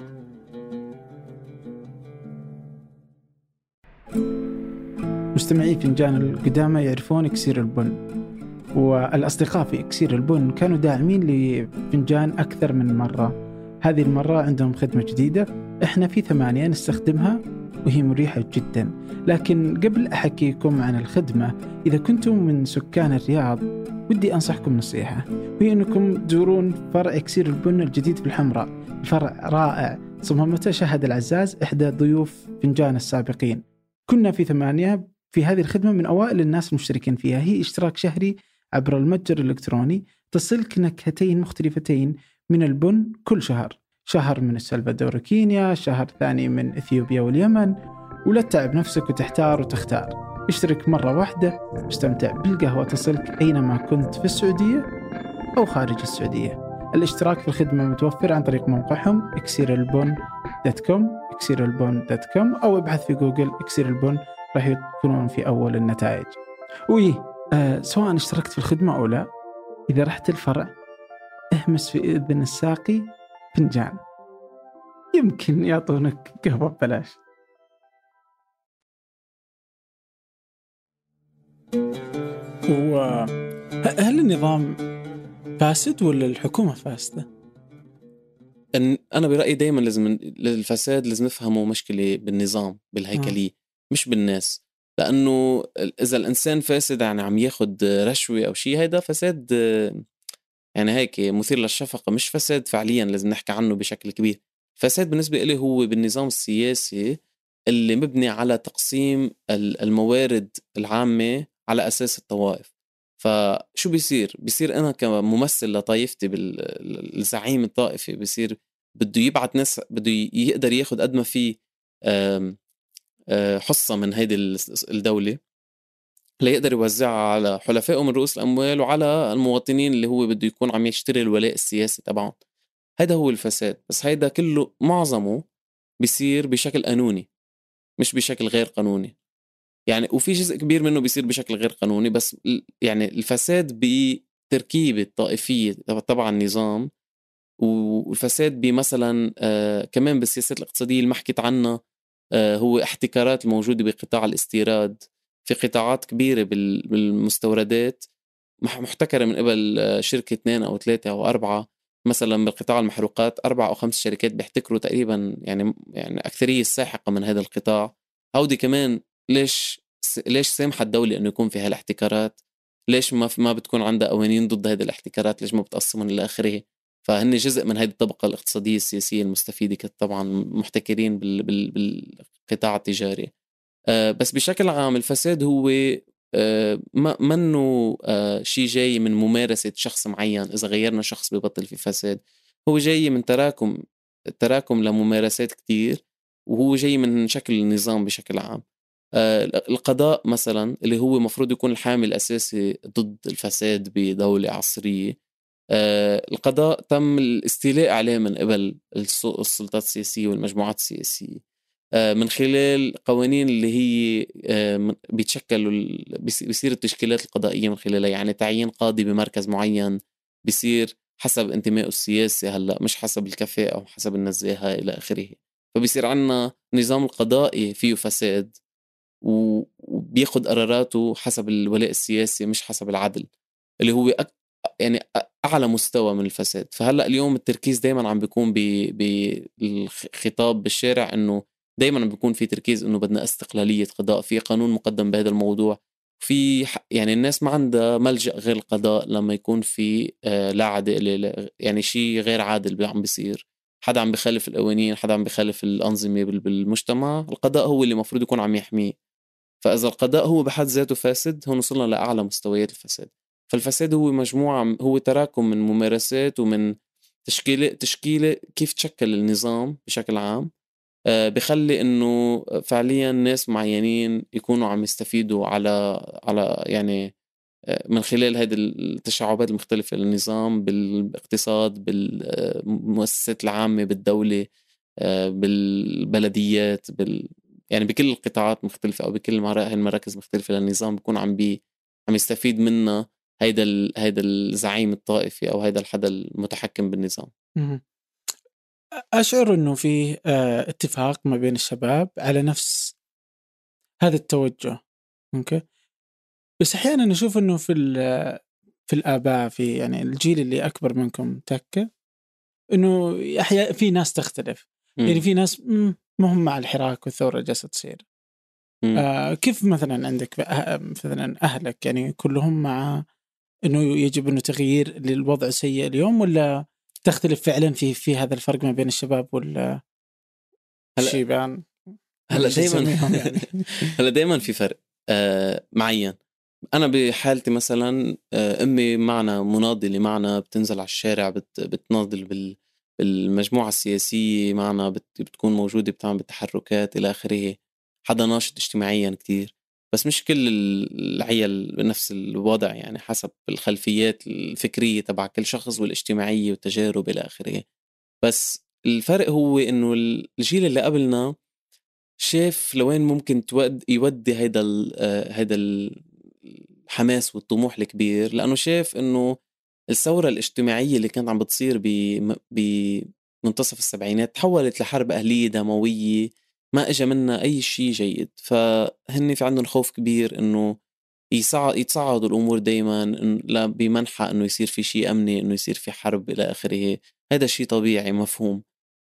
مستمعي فنجان القدامى يعرفون إكسير البن، والأصدقاء في إكسير البن كانوا داعمين لفنجان أكثر من مرة. هذه المرة عندهم خدمة جديدة إحنا في ثمانية نستخدمها وهي مريحة جدا. لكن قبل أحكيكم عن الخدمة، إذا كنتم من سكان الرياض ودي أنصحكم نصيحة، وهي أنكم تزورون فرع إكسير البن الجديد في الحمراء. الفرع رائع، صممته شهد العزاز إحدى ضيوف فنجان السابقين. كنا في ثمانية في هذه الخدمة من أوائل الناس المشتركين فيها. هي اشتراك شهري عبر المتجر الإلكتروني، تصلك نكهتين مختلفتين من البن كل شهر، شهر من السلفادور وكينيا، شهر ثاني من إثيوبيا واليمن. ولا تتعب نفسك وتحتار وتختار، اشترك مرة واحدة واستمتع بالقهوة تصلك أينما كنت في السعودية أو خارج السعودية. الاشتراك في الخدمة متوفر عن طريق موقعهم إكسير البن دوت كوم إكسير البن دوت كوم، أو ابحث في جوجل إكسير البن راح يكونون في أول النتائج. وإيه آه سواء اشتركت في الخدمة أو لا، إذا رحت الفرع اهمس في إذن الساقي فنجان، يمكن يعطونك قهوة ببلاش. وهل النظام فاسد ولا الحكومة فاسدة؟ إن أنا برأيي دايما لازم الفساد لازم نفهمه مشكلة بالنظام بالهيكلية، مش بالناس. لأنه إذا الإنسان فاسد يعني عم ياخد رشوة أو شيء، هيدا فساد يعني هيك مثير للشفقة، مش فساد فعليا لازم نحكي عنه بشكل كبير. فساد بالنسبة إلي هو بالنظام السياسي اللي مبني على تقسيم الموارد العامة على أساس الطوائف. فشو بيصير؟ بيصير أنا كممثل لطائفتي بالزعيم الطائفي بيصير بده يبعت ناس، بده يقدر ياخد قد ما فيه حصة من هيدي الدولة ليقدر يوزعها على حلفائه من رؤوس الأموال وعلى المواطنين اللي هو بده يكون عم يشتري الولاء السياسي تبعهم. هيدا هو الفساد. بس هيدا كله معظمه بيصير بشكل قانوني مش بشكل غير قانوني يعني، وفي جزء كبير منه بيصير بشكل غير قانوني. بس يعني الفساد بتركيبة طائفية طبعا النظام، والفساد بمثلا آه كمان بالسياسات الاقتصادية اللي ما حكيت عنها، آه هو احتكارات الموجودة بقطاع الاستيراد. في قطاعات كبيرة بالمستوردات محتكرة من قبل شركة اثنين أو ثلاثة أو أربعة. مثلا بالقطاع المحروقات أربع أو خمس شركات بيحتكروا تقريبا يعني يعني أكثرية الساحقة من هذا القطاع. هودي كمان ليش ليش سامحة الدولة إنه يكون في هالاحتكارات؟ ليش ما ما بتكون عندها قوانين ضد هذه الاحتكارات؟ ليش ما بتقسمهم إلى آخره؟ فهن جزء من هذه الطبقة الاقتصادية السياسية المستفيدة طبعا محتكرين بال بال بالقطاع التجاري. أه بس بشكل عام الفساد هو أه ما منه أه شيء جاي من ممارسة شخص معين. إذا غيرنا شخص ببطل في فساد، هو جاي من تراكم تراكم لممارسات كتير، وهو جاي من شكل النظام بشكل عام. أه القضاء مثلا اللي هو مفروض يكون الحامل الأساسي ضد الفساد بدولة عصرية، أه القضاء تم الاستيلاء عليه من قبل السلطات السياسية والمجموعات السياسية من خلال قوانين اللي هي بيتشكلوا بيصير التشكيلات القضائية من خلالها. يعني تعيين قاضي بمركز معين بيصير حسب انتمائه السياسي، هلأ مش حسب الكفاءة أو حسب النزاهة إلى آخره. فبيصير عنا نظام القضائي فيه فساد وبياخد قراراته حسب الولاء السياسي مش حسب العدل، اللي هو أك... يعني أعلى مستوى من الفساد. فهلأ اليوم التركيز دايما عم بيكون بالخطاب بالشارع إنه دايما بيكون في تركيز انه بدنا استقلالية قضاء، في قانون مقدم بهذا الموضوع. في يعني الناس ما عندها ملجأ غير القضاء لما يكون في آه لا عدل، يعني شيء غير عادل عم بيصير، حدا عم بخالف القوانين، حدا عم بخالف الأنظمة بالمجتمع، القضاء هو اللي مفروض يكون عم يحميه. فإذا القضاء هو بحد ذاته فاسد، هون وصلنا لأعلى مستويات الفساد. فالفساد هو مجموعة، هو تراكم من ممارسات ومن تشكيلة تشكيلة كيف تشكل النظام بشكل عام، بخلي انه فعليا ناس معينين يكونوا عم يستفيدوا على على يعني من خلال هذه التشعبات المختلفة للنظام بالاقتصاد، بالمؤسسات العامة بالدولة، بالبلديات، بال يعني بكل القطاعات مختلفة أو بكل المراكز مختلفة للنظام بيكون عم بي عم يستفيد منها هيدا ال... هيدا الزعيم الطائفي أو هيدا الحدا المتحكم بالنظام. أشعر أنه فيه اتفاق ما بين الشباب على نفس هذا التوجه، ممكن. بس أحيانا نشوف أنه في في الآباء، في يعني الجيل اللي أكبر منكم تكة، أنه أحيانا في ناس تختلف. م. يعني في ناس مهم مع الحراك والثورة جالسة تصير. آه كيف مثلا عندك مثلا أهلك يعني كلهم مع أنه يجب أنه تغيير للوضع سيء اليوم، ولا تختلف فعلا في في هذا الفرق ما بين الشباب وال الشيبان؟ هلا دائما يعني. هلا دائما في فرق آه معين. أنا بحالتي مثلا آه أمي معنا مناضلة، معنا بتنزل على الشارع بت بتناضل بال بالمجموعة السياسية معنا، بت بتكون موجودة بتعمل بالتحركات إلى آخره، حدا ناشط اجتماعيا كتير. بس مش كل العيال بنفس الوضع، يعني حسب الخلفيات الفكرية تبع كل شخص والاجتماعية والتجارب إلى آخره. بس الفرق هو إنه الجيل اللي قبلنا شايف لوين ممكن تود يودي هيدا ال آآ هيدا ال الحماس والطموح الكبير، لإنه شايف إنه الثورة الاجتماعية اللي كانت عم بتصير بم بمنتصف السبعينات تحولت لحرب أهلية دموية ما إجا منها أي شي جيد، فهن في عندهم خوف كبير إنه يصع يتصاعدوا الأمور دايمًا إن لا بمنحى إنه يصير في شي أمني، إنه يصير في حرب إلى آخره، هيدا شي طبيعي مفهوم.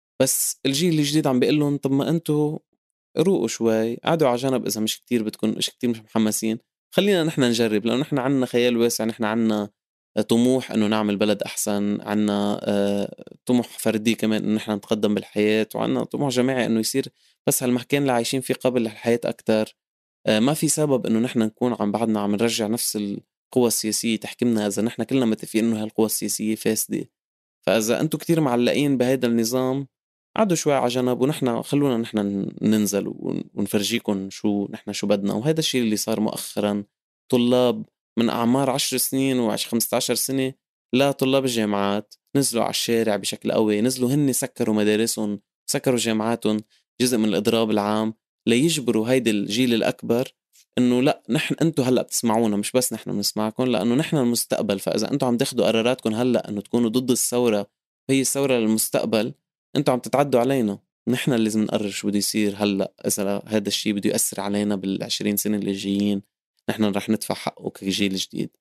بس الجيل الجديد عم بيقول لهم طب ما أنتم روقوا شوي، قعدوا على جنب إذا مش كتير بدكم مش كتير مش محمسين، خلّينا نحن نجرّب، لإنه نحن عندنا خيال واسع، نحن عندنا طموح إنه نعمل بلد أحسن، عندنا آآ طموح فردي كمان إنه نحن نتقدّم بالحياة، وعندنا طموح جماعي إنه يصير بس هالمكان اللي عايشين فيه قبل الحياة أكتر. آآ ما في سبب إنه نحن نكون عم بعدنا عم نرجّع نفس القوى السياسية تحكمنا إذا نحن كلنا متفقين إنه هالقوى السياسية فاسدة. فإذا أنتم كتير معلقين بهيدا النظام قعدوا شوي على جنب ونحن خلونا نحن ن- ننزل ون- ونفرجيكم شو نحن شو بدنا. وهذا الشيء اللي صار مؤخرا. طلاب من أعمار عشر سنين وعش خمسة عشر سنة لا طلاب الجامعات نزلوا على الشارع بشكل قوي، نزلوا هن سكروا مدارسهم، سكروا جامعاتهم، جزء من الإضراب العام ليجبروا هيدا الجيل الأكبر انه لا نحن انتم هلا بتسمعونا مش بس نحن بنسمعكم لانه نحن المستقبل. فاذا انتم عم تاخذوا قراراتكم هلا انه تكونوا ضد الثوره هي الثوره للمستقبل، انتم عم تتعدوا علينا. نحن اللي لازم نقرر شو بده يصير هلا، اذا هذا الشيء بده ياثر علينا بالعشرين سنه اللي جايين نحن رح ندفع حقه كجيل جديد.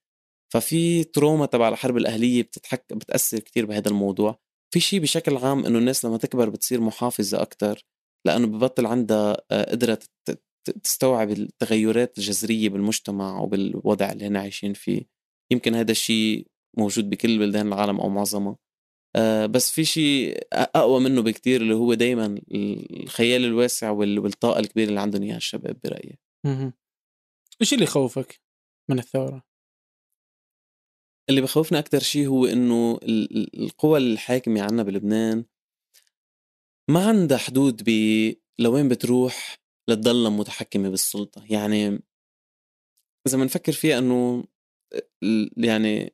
ففي تروما تبع الحرب الاهليه بتتحك بتاثر كتير بهذا الموضوع. في شيء بشكل عام انه الناس لما تكبر بتصير محافظه اكتر لانه ببطل عندها آه، قدره تت- تستوعب التغيرات الجذريه بالمجتمع وبالوضع اللي هنا عايشين فيه. يمكن هذا الشيء موجود بكل بلدان العالم او معظمها. آه، بس في شيء أقوى منه بكتير اللي هو دايما الخيال الواسع وال- والطاقة الكبيرة اللي عندهم إياها الشباب برأيي. اهم. إيش اللي يخوّفك من الثورة؟ اللي بخوفنا أكتر شيء هو إنه ال- ال- القوى الحاكمة عنا بلبنان ما عندها حدود ب لوين بتروح لتضلها متحكمة بالسلطة. يعني إذا بنفكر فيها إنه ال- يعني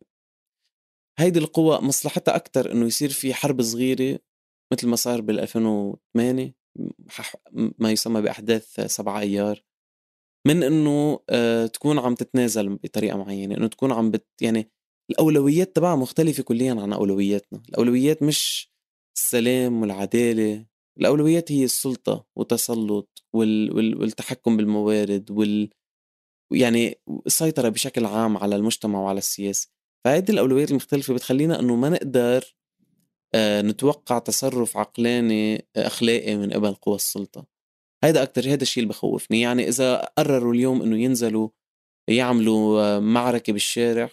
هيدي القوى مصلحتها أكتر إنه يصير في حرب صغيرة مثل ما صار بال ألفين وثمانية، ح- ما يسمى بأحداث سبعة أيار، من إنه آآ تكون عم تتنازل بطريقة معيّنة، إنه تكون عم بت يعني الأولويات تبعها مختلفة كليًا عن أولوياتنا. الأولويات مش السلام والعدالة، الأولويات هي السلطة والتسلُّط وال وال والتحكُّم بالموارد وال يعني السيطرة بشكل عام على المجتمع وعلى السياسة. فهيدي الأولويات المختلفة بتخلّينا إنه ما نقدر آآ نتوقّع تصرُّف عقلاني آه، أخلاقي من قِبل قوى السلطة. هيدا أكتر هيدا الشيء اللي بخوفني. يعني إذا قرروا اليوم إنه ينزلوا يعملوا آه، معركة بالشارع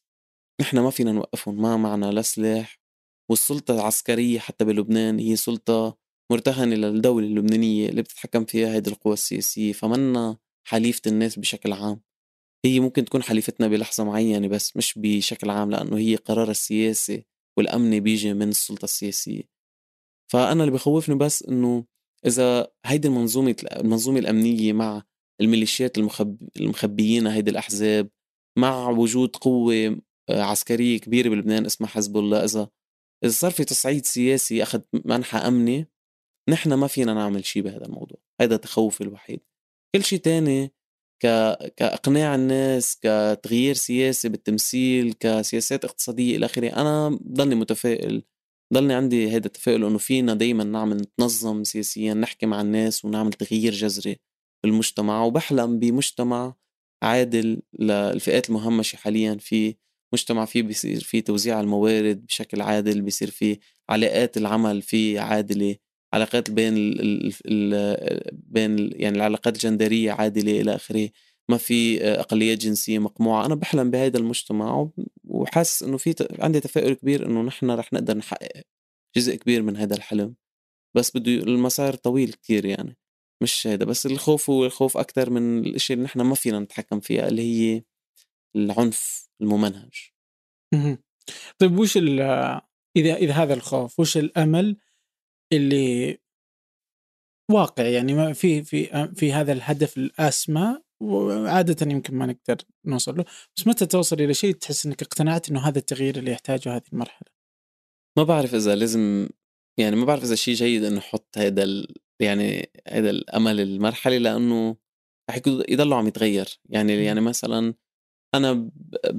نحن ما فينا نوقفهم، ما معنا لا سلاح. والسلطة العسكرية حتى بلبنان هي سلطة مرتهنة للدولة اللبنانية اللي بتتحكم فيها هيدي القوى السياسية، فمنا حليفة الناس بشكل عام. هي ممكن تكون حليفتنا بلحظة معينة بس مش بشكل عام لأنه هي قرار السياسي والأمني بيجي من السلطة السياسية. فأنا اللي بخوفني بس إنه إذا هيدي المنظومة المنظومة الأمنية مع الميليشيات المخب... المخبيين هيدي الأحزاب مع وجود قوة آه، عسكرية كبيرة بلبنان اسمها حزب الله، إذا إذا صار في تصعيد سياسي أخذ منحى أمني نحن ما فينا نعمل شيء بهذا الموضوع. هذا تخوفي الوحيد. كل شيء تاني ك... كإقناع الناس، كتغيير سياسي بالتمثيل، كسياسات اقتصادية إلى آخره، أنا ضلني متفائل. ضلني عندي هذا التفاؤل إنه فينا دايما نعمل نتنظم سياسيا، نحكي مع الناس ونعمل تغيير جذري بالمجتمع. وبحلم بمجتمع عادل للفئات المهمشة حاليا، في مجتمع فيه بيصير فيه توزيع الموارد بشكل عادل، بيصير فيه علاقات العمل فيه عادلة، علاقات بين ال ال ال بين ال يعني العلاقات الجندرية عادلة إلى آخره، ما في آه، أقليات جنسية مقموعة. أنا بحلم بهذا المجتمع وب- وحاسس إنه في ت- عندي تفاؤل كبير إنه نحن رح نقدر نحقق جزء كبير من هذا الحلم. بس بده ي- المسار طويل كتير يعني. مش هذا بس الخوف، هو الخوف أكتر من الأشياء اللي نحن ما فينا نتحكم فيها اللي هي العنف الممنهج. اهم. طيب وش ال إذا إذا هذا الخوف، وش الأمل اللي واقعي يعني ما في في أ في هذا الهدف الأسمى وعادةً يمكن ما نقدر نوصل له، بس متى توصل إلى شيء تحس إنك اقتنعت إنه هذا التغيير اللي يحتاجه هذه المرحلة؟ ما بعرف إذا لازم، يعني ما بعرف إذا شيء جيد إنه أحط هذا يعني هذا الأمل المرحلي، لأنه رح يكون يضلوا عم يتغير. يعني مم. يعني مثلا أنا ب...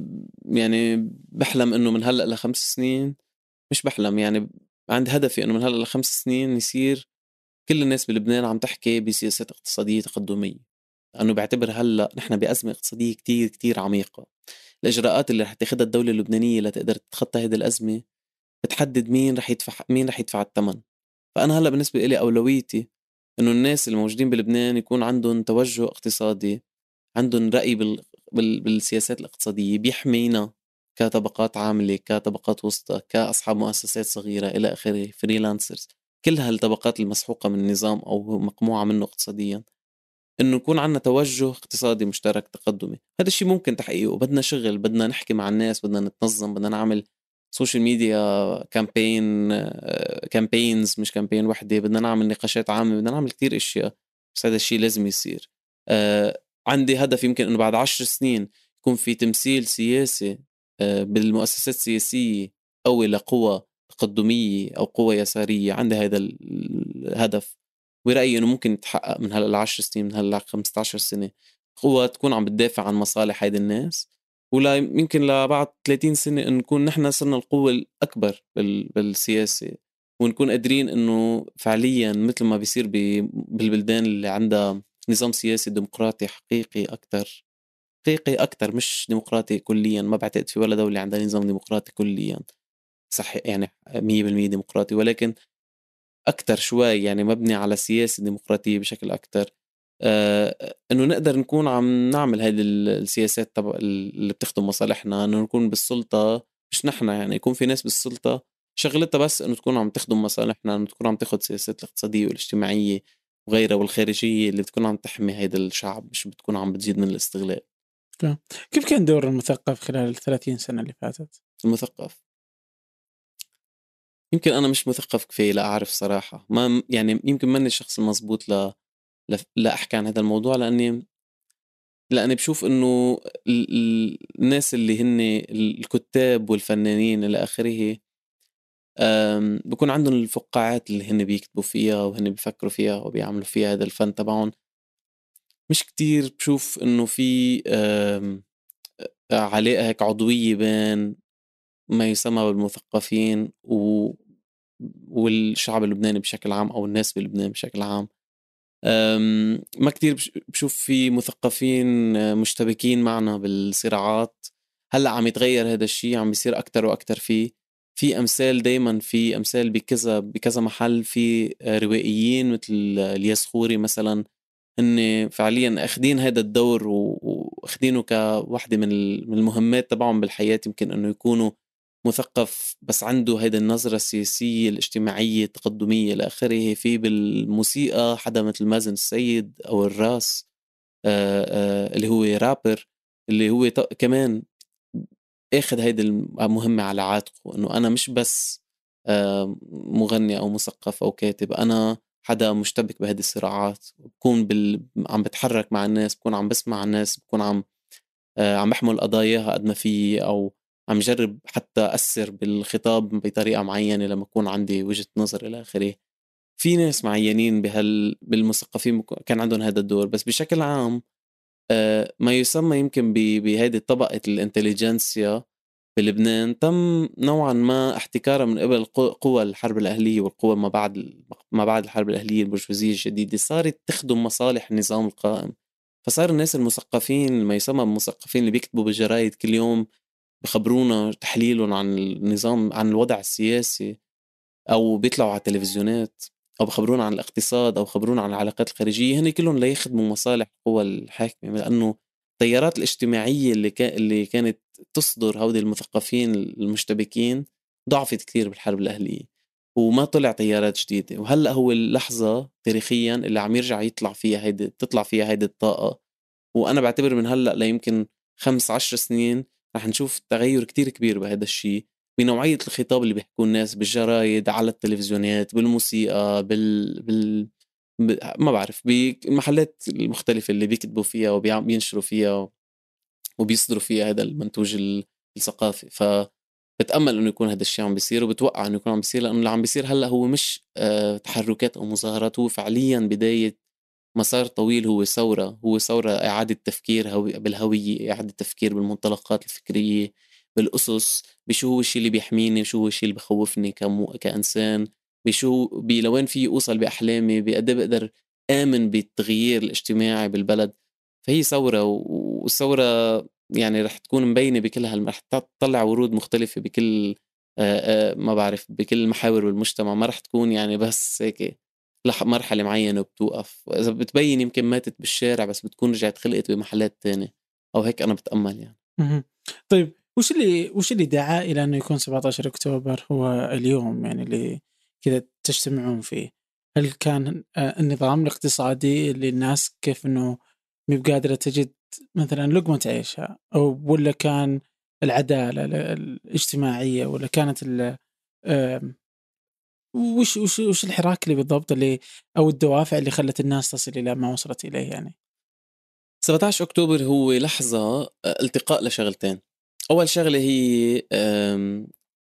يعني بحلم إنه من هلأ لخمس سنين، مش بحلم يعني عندي هدفي إنه من هلأ لخمس سنين يصير كل الناس بلبنان عم تحكي بسياسات اقتصادية تقدمية، لأنه بعتبر هلأ نحن بأزمة اقتصادية كتير كتير عميقة. الإجراءات اللي رح تاخدها الدولة اللبنانية لتقدر تتخطى هذه الأزمة بتحدد مين رح يدفع مين رح يدفع الثمن. فأنا هلأ بالنسبة إلي أولويتي إنه الناس الموجودين بلبنان يكون عندهم توجه اقتصادي، عندهم رأي بال... بال... بالسياسات الاقتصادية، بيحمينا كطبقات عاملة، كطبقات وسطى، كأصحاب مؤسسات صغيرة إلى آخره، فريلانسرز، كل هالطبقات المسحوقة من النظام أو مقموعة منه اقتصاديا. إنه يكون عنا توجه اقتصادي مشترك تقدمي. هذا الشيء ممكن تحقيقه، بدنا شغل، بدنا نحكي مع الناس، بدنا نتنظم، بدنا نعمل سوشيال ميديا كامبين، كامبينز مش كامبين وحدة، بدنا نعمل نقاشات عامة، بدنا نعمل كتير اشياء. بس هذا الشيء لازم يصير. آه، عندي هدف يمكن انه بعد عشر سنين يكون في تمثيل سياسي آه بالمؤسسات السياسية قوي لقوى تقدمية او قوى يسارية. عندي هذا الهدف، ورأيي انه ممكن يتحقق من هلا لعشر سنين، من هلا لخمسة عشر سنة. قوة تكون عم بتدافع عن مصالح هيدي الناس، ولا يمكن لبعد ثلاثين سنة إن نكون نحن صرنا القوة الأكبر بال... بالسياسة، ونكون قادرين إنه فعليا مثل ما بيصير ب... بالبلدان اللي عندها نظام سياسي ديمقراطي حقيقي أكتر. حقيقي أكتر، مش ديمقراطي كليا. ما بعتقد في ولا دولة عندها نظام ديمقراطي كليا صح يعني مية بالمية ديمقراطي، ولكن أكتر شوي يعني مبني على سياسة ديمقراطية بشكل أكتر. آه، إنه نقدر نكون عم نعمل هذه السياسات تبع اللي بتخدم مصالحنا، إنه نكون بالسلطة. مش نحن يعني، يكون في ناس بالسلطة شغلتها بس إنه تكون عم تخدم مصالحنا، إنه تكون عم تاخد سياسات الاقتصادية والاجتماعية وغيرها والخارجية اللي بتكون عم تحمي هذا الشعب، مش بتكون عم بتزيد من الاستغلال. كيف كان دور المثقف خلال الثلاثين سنة اللي فاتت؟ المثقف، يمكن أنا مش مثقف كفاية لا أعرف صراحة. ما يعني يمكن ماني الشخص المضبوط ل لا لا أحكي عن هذا الموضوع، لأني لأني بشوف إنه ال- ال- الناس اللي هن الكتاب والفنانين إلى آخره، أم، بكون عندهم الفقاعات اللي هن بيكتبوا فيها وهن بيفكروا فيها وبيعملوا فيها هذا الفن تبعهم. مش كتير بشوف إنه في أم، علاقة هيك عضوية بين ما يسمى بالمثقفين و والشعب اللبناني بشكل عام أو الناس بلبنان بشكل عام. أم، ما كتير بش- بشوف في مثقفين آه، مشتبكين معنا بالصراعات. هلأ عم يتغير هذا الشيء، عم بيصير أكتر وأكتر. فيه في أمثال، دايما في أمثال بكذا بكذا محل. في آه، روائيين مثل الياس خوري مثلا، هن فعليا أخدين هذا الدور و- وأخدينه كواحدة من ال- من المهمات تبعهم بالحياة. يمكن أنه يكونوا مثقف بس عنده هيدا النظرة السياسية الاجتماعية التقدمية لآخره. في بالموسيقى حدا مثل مازن السيد أو الراس، آه آه اللي هو رابر، اللي هو ط- كمان اخذ هيدي المهمة على عاتقه، انه انا مش بس آه مغني او مثقف او كاتب، انا حدا مشتبك بهذه الصراعات. بكون بال... عم بتحرك مع الناس، بكون عم بسمع الناس، بكون عم آه، عم بحمل قضاياها قد ما في، أو عم جرب حتى أثر بالخطاب بطريقة معينة لما يكون عندي وجهة نظر إلى آخره. في ناس معينين بهال بالمثقفين بك- كان عندهم هذا الدور. بس بشكل عام آه، ما يسمى يمكن ب- بهيدي طبقة الانتليجنسيا بلبنان تم نوعا ما احتكارها من قبل قو- قوى الحرب الأهلية والقوى ما بعد ما بعد الحرب الأهلية البرجوازية الجديدة، صارت تخدم مصالح النظام القائم. فصار الناس المثقفين، ما يسمى المثقفين، اللي بيكتبوا بالجرايد كل يوم بخبرونا تحليلهم عن النظام، عن الوضع السياسي، أو بيطلعوا على التلفزيونات، أو بخبرونا عن الاقتصاد، أو بخبرونا عن العلاقات الخارجية، هن كلهم ليخدموا مصالح القوى الحاكمة. لأنه التيارات الاجتماعية اللي, كا اللي كانت تصدر هودي المثقفين المشتبكين ضعفت كثير بالحرب الأهلية، وما طلع تيارات جديدة. وهلأ هو اللحظة تاريخيا اللي عم يرجع يطلع فيها هيدي تطلع فيها هيدي الطاقة. وأنا بعتبر من هلأ ليمكن خمس عشر سنين رح نشوف تغير كتير كبير بهذا الشيء، بنوعية الخطاب اللي بيحكوا الناس بالجرايد، على التلفزيونات، بالموسيقى، بال, بال... ب... ما بعرف، بالمحلات المختلفة اللي بيكتبوا فيها وبينشروا فيها وبيصدروا فيها هذا المنتوج ال- الثقافي. بتأمل إنه يكون هذا الشيء عم بيصير، وبتوقع إنه يكون عم بيصير، لأنه اللي عم بيصير هلأ هو مش آه، تحركات أو مظاهرات، هو فعليا بداية مسار طويل، هو ثورة، هو ثورة إعادة تفكير هوي بالهوية، إعادة تفكير بالمنطلقات الفكرية، بالأسس، بشو هو الشيء اللي بيحميني، وشو هو الشيء اللي بخوفني كمو... كإنسان، بشو بي لوين في أوصل بأحلامي، بقد إيه بقدر آمن بالتغيير الاجتماعي بالبلد. فهي ثورة، و- والثورة يعني رح تكون مبينة بكل هال رح تطلع ورود مختلفة بكل آه، آه، ما بعرف بكل محاور بالمجتمع، ما رح تكون يعني بس هيك لح مرحلة معينة وبتوقف، وإذا بتبين يمكن ماتت بالشارع بس بتكون رجعت خلقت بمحلات تانية، أو هيك أنا بتأمل يعني. اهم. طيب وش اللي وش اللي دعا إلى إنه يكون سبعة عشر أكتوبر هو اليوم يعني اللي كذا تجتمعون فيه؟ هل كان آآ النظام الاقتصادي اللي الناس كيف إنه مي بقادرة تجد مثلًا لقمة عيشها، أو والّا كان العدالة ال الاجتماعية، والّا كانت ال آمم وش وش وش الحراك اللي بالضبط اللي أو الدوافع اللي خلّت الناس تصل إلى ما وصلت إليه يعني؟ سبعة عشر أكتوبر هو لحظة آه، التقاء لشغلتين. أول شغلة هي آم،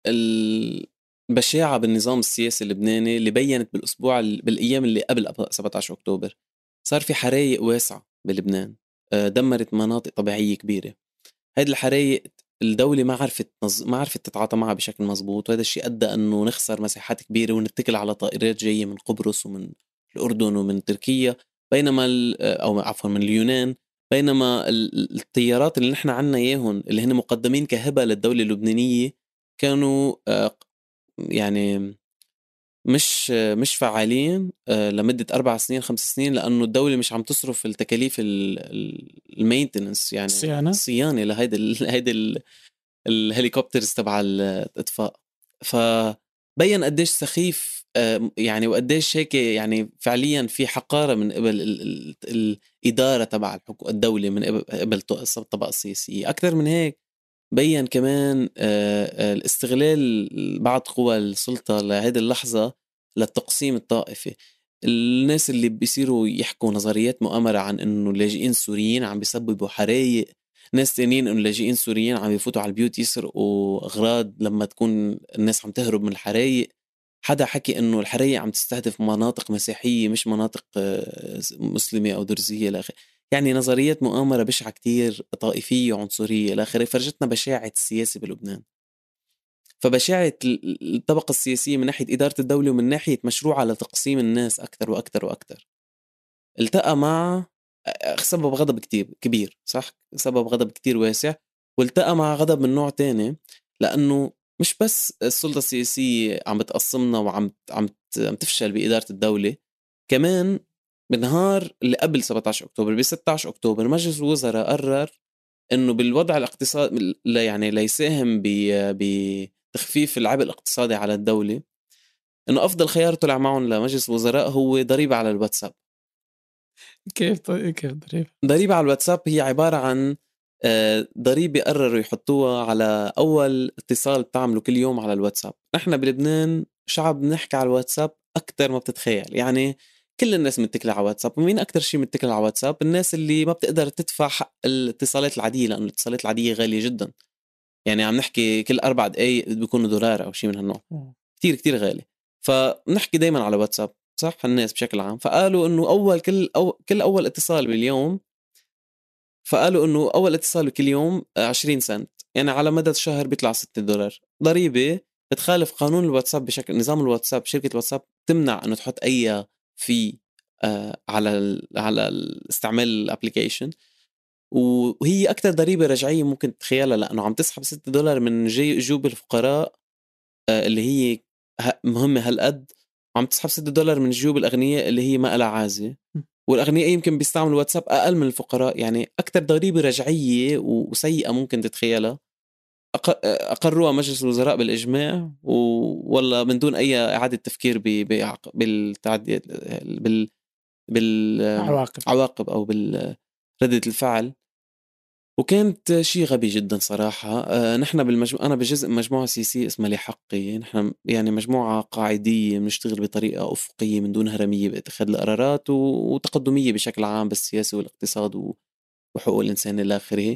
البشاعة بالنظام السياسي اللبناني اللي بيّنت بالأسبوع ال- بالأيام اللي قبل أب- سبعة عشر أكتوبر. صار في حرايق واسعة بلبنان، آه، دمرت مناطق طبيعية كبيرة. هيدي الحرايق الدولة ما عرفت نظ... ما عرفت تتعاطى معها بشكل مظبوط، وهذا الشيء أدى أنه نخسر مساحات كبيرة ونتكل على طائرات جاية من قبرص ومن الأردن ومن تركيا، بينما ال... أو عفوا من اليونان. بينما ال- الطيارات اللي نحن عنا إياهم اللي هن مقدمين كهبة للدولة اللبنانية كانوا آه، يعني مش مش فعالين آه، لمدة أربع سنين خمس سنين، لأنه الدولة مش عم تصرف التكاليف المينتنس، يعني الصيانة؟ الصيانة لهيدي ال- هيدي ال- الهليكوبترز تبع الإطفاء. فبين قديش سخيف آه، يعني، وقديش هيك يعني فعليا في حقارة من قبل ال- ال- الإدارة تبع الحكو- الدولة، من قبل قبل الطبقة السياسية. أكثر من هيك بين كمان آه، آه، الاستغلال بعض قوى السلطة لهذه اللحظة للتقسيم الطائفي. الناس اللي بيصيروا يحكوا نظريات مؤامرة عن انه اللاجئين السوريين عم بيسببوا حرايق، ناس تانيين انه اللاجئين السوريين عم يفوتوا على البيوت يسرقوا اغراض لما تكون الناس عم تهرب من الحرايق. حدا حكي انه الحرايق عم تستهدف مناطق مسيحية مش مناطق آه، مسلمة او درزية الى آخره. يعني نظريات مؤامرة بشعة كتير، طائفية وعنصرية إلى آخره، فرجتنا بشاعة السياسة بلبنان. فبشاعة ال- الطبقة السياسية من ناحية إدارة الدولة، ومن ناحية مشروع على تقسيم الناس أكثر وأكثر وأكثر، التقى مع سبب غضب كتير كبير، صح، سبب غضب كتير واسع. والتقى مع غضب من نوع تاني، لأنه مش بس السلطة السياسية عم بتقسمنا وعم عم عم تفشل بإدارة الدولة، كمان بالنهار اللي قبل سبعة عشر أكتوبر ب ستة عشر أكتوبر مجلس الوزراء قرر إنه بالوضع الاقتصادي لا يعني ليساهم ب- بتخفيف العبء الاقتصادي على الدولة، إنه أفضل خيار طلع معهم لمجلس الوزراء هو ضريبة على الواتساب. كيف ط كيف ضريبة؟ ضريبة على الواتساب هي عبارة عن آه، ضريبة قرروا يحطوها على أول اتصال بتعمله كل يوم على الواتساب. نحن بلبنان شعب بنحكي على الواتساب أكتر ما بتتخيل، يعني كل الناس متكلة على واتساب. ومين أكتر شيء متكل على واتساب؟ الناس اللي ما بتقدر تدفع حق الاتصالات العادية، لأنه الاتصالات العادية غالية جدا. يعني عم نحكي كل أربع دقايق بيكونوا دولار أو شيء من هالنوع، إمم. كتير كتير غالي. فنحكي دايما على واتساب، صح، الناس بشكل عام. فقالوا إنه أول كل أو كل أول اتصال باليوم، فقالوا انه اول اتصال بكل يوم عشرين سنت، يعني على مدى الشهر بيطلع ستة دولار ضريبة. بتخالف قانون الواتساب بشكل، نظام الواتساب شركة الواتساب تمنع انه تحط اي في آه على ال على ال- استعمال الابليكيشن. وهي اكثر ضريبة رجعية ممكن تتخيلها، لانه عم تسحب ستة دولار من جي جوب الفقراء آه اللي هي ه- مهمة هالقد، وعم تسحب ستة دولار من جيوب الاغنياء اللي هي ما لها عازة. إمم. والأغنياء يمكن بيستعملوا واتساب أقل من الفقراء. يعني أكتر ضريبة رجعية وسيئة ممكن تتخيلها أق- أقروها مجلس الوزراء بالإجماع، والله من دون أي إعادة تفكير ب- بعق- بالتعدي بال عواقب. بالعواقب أو بالردة الفعل. وكانت شيء غبي جدا صراحة. آه، نحن بالمجموعة، أنا بجزء من مجموعة سياسية اسمها لحقي. نحن يعني مجموعة قاعدية بنشتغل بطريقة أفقية من دون هرمية باتخاذ القرارات، و- وتقدمية بشكل عام بالسياسة والاقتصاد و- وحقوق الإنسان إلى آخره.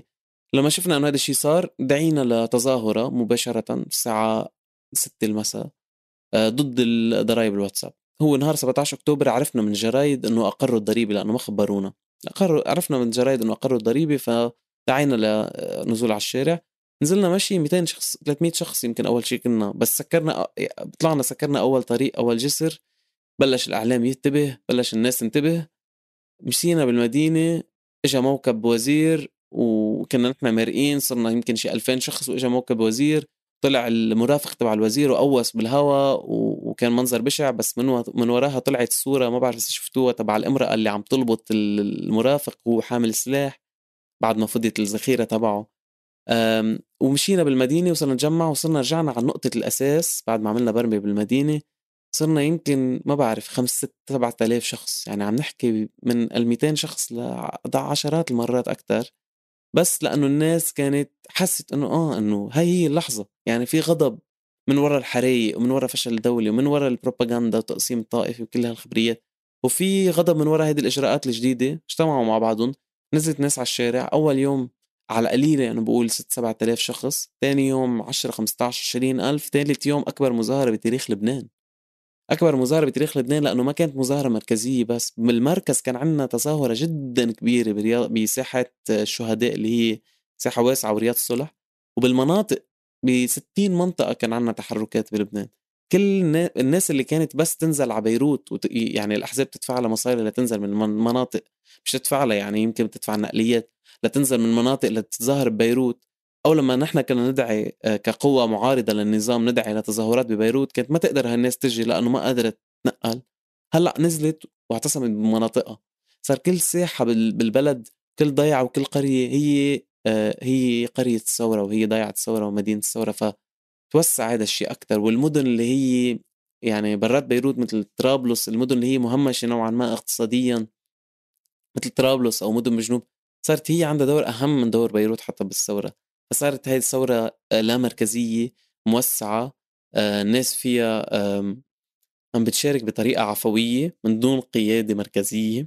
لما شفنا انه هذا الشيء صار دعينا لتظاهرة مباشرة الساعة ستة المساء آه، ضد الضرائب الواتساب. هو نهار سبعة عشر أكتوبر عرفنا من الجرايد انه اقروا الضريبة لانه ما خبرونا. أقروا عرفنا من الجرايد انه اقروا الضريبة فدعينا لنزول على الشارع. نزلنا مشي مئتين شخص ثلاثمئة شخص يمكن اول شيء كنا، بس سكرنا طلعنا سكرنا اول طريق اول جسر. بلش الاعلام ينتبه، بلش الناس تنتبه. مشينا بالمدينة، اجا موكب وزير وكنا نحن مرئين، صرنا يمكن شي ألفين شخص واجا موكب وزير. طلع المرافق تبع الوزير وقوس بالهواء وكان منظر بشع، بس من, و... من وراها طلعت الصورة ما بعرف إذا شفتوها تبع الامرأة اللي عم تلبط المرافق وهو حامل سلاح بعد ما فضيت الذخيرة تبعه. أم... ومشينا بالمدينة وصرنا نجمع، وصرنا رجعنا على نقطة الأساس بعد ما عملنا برمي بالمدينة. صرنا يمكن ما بعرف خمس ست سبعة آلاف شخص، يعني عم نحكي من المئتين شخص لعشرات المرات أكتر. بس لأنه الناس كانت حست إنه آه إنه هاي هي اللحظة، يعني في غضب من وراء الحريق ومن وراء فشل الدولة ومن وراء البروباغندا وتقسيم الطائفي وكل هالخبريات، وفي غضب من وراء هذه الإجراءات الجديدة. اجتمعوا مع بعضهم، نزلت ناس على الشارع. أول يوم على قليلة أنا بقول ست سبعة آلاف شخص، تاني يوم عشرة خمسة عشر عشرين ألف، ثالث يوم أكبر مظاهرة بتاريخ لبنان. أكبر مظاهرة بتاريخ لبنان، لأنه ما كانت مظاهرة مركزية بس، بالمركز كان عندنا تظاهرة جدا كبيرة برياض بساحة الشهداء اللي هي ساحة واسعة ورياض الصلح. وبالمناطق بستين منطقة كان عندنا تحركات بلبنان. كل النا- الناس اللي كانت بس تنزل على بيروت وت... يعني الأحزاب تدفع لها مصاري لتنزل من من- مناطق، مش تدفع لها يعني يمكن تدفع النقليات لتنزل من مناطق لتتظاهر ببيروت. أو لما نحن كنا ندعي آه، كقوة معارضة للنظام ندعي لتظاهرات ببيروت، كانت ما تقدر هالناس تجي لأنه ما قدرت تنقل. هلأ نزلت واعتصمت بمناطقها. صار كل ساحة بال- بالبلد، كل ضيعة وكل قرية هي آه، هي قرية الثورة وهي ضيعة الثورة ومدينة الثورة. فتوسع هذا الشيء أكتر. والمدن اللي هي يعني برات بيروت مثل طرابلس، المدن اللي هي مهمشة نوعا ما اقتصاديا مثل طرابلس أو مدن بجنوب، صارت هي عندها دور أهم من دور بيروت حتى بالثورة. فصارت هاي الثورة آه، لا مركزية موسعة. آه، الناس فيها آم، عم بتشارك بطريقة عفوية من دون قيادة مركزية،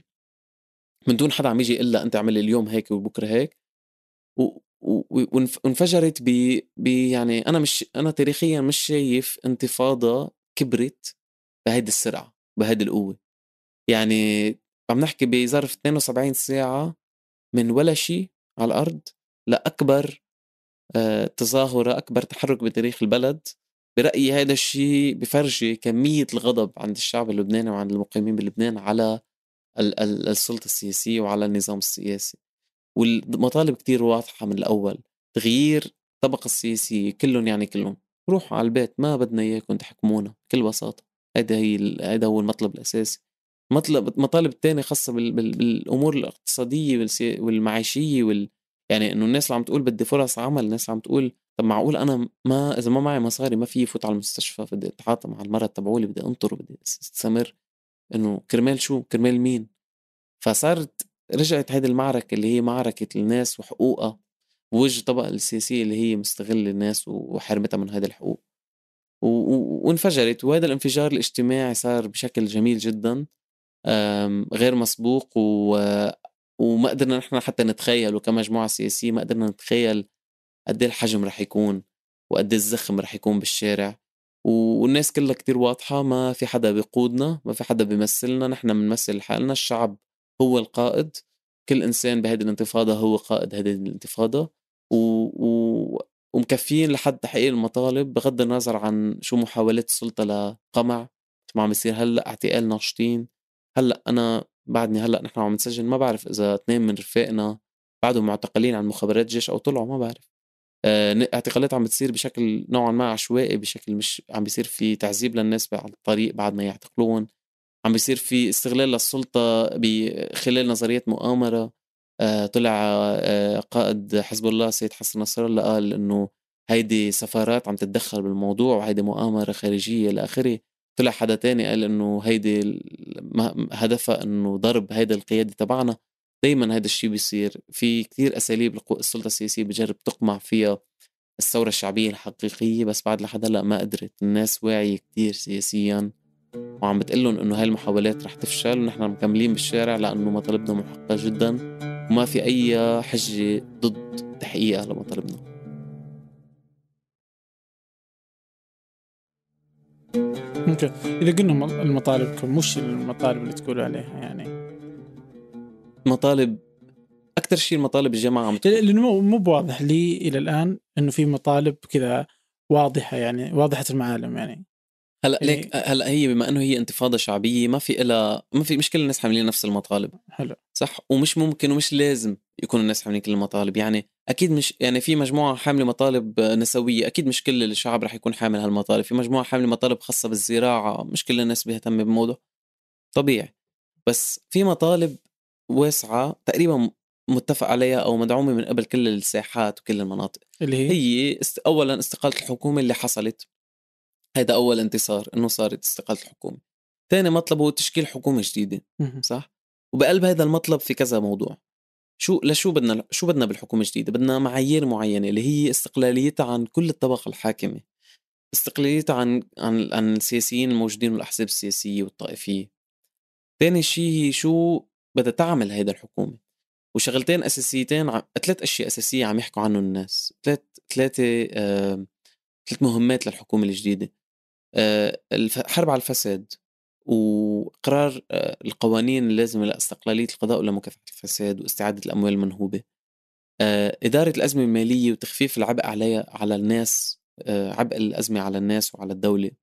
من دون حدا عم يجي يقول لها أنت اعمل اليوم هيك وبكرة هيك. و... و... وانف- وانفجرت ب... ب يعني أنا مش أنا تاريخيا مش شايف انتفاضة كبرت بهيدي السرعة بهيدي القوة. يعني عم نحكي بظرف اثنين وسبعين ساعة من ولا شيء على الأرض لأكبر آه، تظاهرة، أكبر تحرك بتاريخ البلد. برأيي هذا الشيء بفرجي كمية الغضب عند الشعب اللبناني وعند المقيمين بلبنان على ال- ال- السلطة السياسية وعلى النظام السياسي. والمطالب كتير واضحة من الأول: تغيير الطبقة السياسية كلهم، يعني كلهم روحوا على البيت، ما بدنا إياكم تحكمونا بكل بساطة. هيدا هي ال- هيدا هو المطلب الأساسي. مطلب مطالب التانية خاصة بال... بال... بالأمور الاقتصادية والسي... والمعيشية وال... يعني إنه الناس اللي عم تقول بدي فرص عمل، الناس اللي عم تقول طب معقول أنا ما إذا ما معي مصاري ما في فوت على المستشفى، بدي أتعاطى مع المرض تبعولي، بدي أنطر وبدي أستمر. إنه كرمال شو؟ كرمال مين؟ فصارت رجعت هيدي المعركة اللي هي معركة الناس وحقوقها بوجه الطبقة السياسية اللي هي مستغلة الناس وحرمتها من هذه الحقوق. و... و... وانفجرت. وهذا الانفجار الاجتماعي صار بشكل جميل جدا، آم، غير مسبوق. و... وما قدرنا نحن حتى نتخيل، وكمجموعة سياسية ما قدرنا نتخيل قد ايه الحجم رح يكون وقد ايه الزخم رح يكون بالشارع. والناس كلها كتير واضحة، ما في حدا بيقودنا، ما في حدا بيمثلنا، نحن بنمثل حالنا. الشعب هو القائد، كل إنسان بهذه الانتفاضة هو قائد هذه الانتفاضة. و... و... ومكفيين لحد تحقيق المطالب بغض النظر عن شو محاولات السلطة لقمع ما عم بيصير. هلأ اعتقال ناشطين، هلأ أنا بعدني هلأ نحن عم نسجل ما بعرف إذا اثنين من رفاقنا بعدهم معتقلين عن مخابرات الجيش أو طلعوا، ما بعرف. آه، اعتقالات عم بتصير بشكل نوعا ما عشوائي، بشكل مش عم بيصير في تعذيب للناس على الطريق بعد ما يعتقلون. عم بيصير في استغلال للسلطة بخلال نظريات مؤامرة. آه، طلع آه، قائد حزب الله سيد حسن نصر الله قال إنه هيدي سفارات عم تتدخل بالموضوع وهيدي مؤامرة خارجية إلى آخره. طلع حدا تاني قال إنه هيدي ال- ما- هدفها إنه ضرب هيدا القيادة تبعنا. دايما هذا الشيء بيصير في كثير أساليب القو- السلطة السياسية بجرب تقمع فيها الثورة الشعبية الحقيقية، بس بعد لحد هلأ ما قدرت. الناس واعية كتير سياسيا وعم بتقلن إنه هاي المحاولات رح تفشل، ونحن مكملين بالشارع لأنه مطالبنا محققة جدا وما في أي حجة ضد تحقيق تحقيقها لمطالبنا. ممكن إذا قلنا المطالبكم وش المطالب اللي تقولوا عليها يعني؟ مطالب أكتر شيء المطالب الجامعة عم تكون لأنه مو مو بواضح لي إلى الآن إنه في مطالب كذا واضحة يعني واضحة المعالم يعني. هلا يعني ليك هلا هي بما انه هي انتفاضه شعبيه ما في إلها ما في مش كل الناس حاملين نفس المطالب. حلو. صح، ومش ممكن ومش لازم يكون الناس حاملين كل المطالب. يعني اكيد مش يعني في مجموعه حامله مطالب نسويه، اكيد مش كل الشعب رح يكون حامل هالمطالب. في مجموعه حامله مطالب خاصه بالزراعه، مش كل الناس بيهتم بالموضوع، طبيعي. بس في مطالب واسعه تقريبا متفق عليها او مدعومه من قبل كل الساحات وكل المناطق. اللي هي هي است... اولا استقاله الحكومه اللي حصلت، هيدا أول انتصار إنه صارت استقالة الحكومة. تاني مطلب هو تشكيل حكومة جديدة. مهم. صح، وبقلب هذا المطلب في كذا موضوع. شو لشو بدنا شو بدنا بالحكومة الجديدة؟ بدنا معايير معينة اللي هي استقلاليتها عن كل الطبقة الحاكمة، استقلاليتها عن عن عن السياسيين الموجودين والأحزاب السياسية والطائفية. تاني شيء هي شو بدها تعمل هيدا الحكومة. وشغلتين أساسيتين ع... ثلاث أشياء أساسية عم يحكوا عنهم الناس. ثلاث ثلاثة آه... ثلاث مهمات للحكومة الجديدة: آه، الف- حرب على الفساد، وقرار آه، القوانين اللازمة لاستقلالية القضاء ولمكافحة الفساد واستعادة الأموال المنهوبة، آه، إدارة الأزمة المالية وتخفيف العبء عليها على الناس، آه، عبء الأزمة على الناس وعلى الدولة.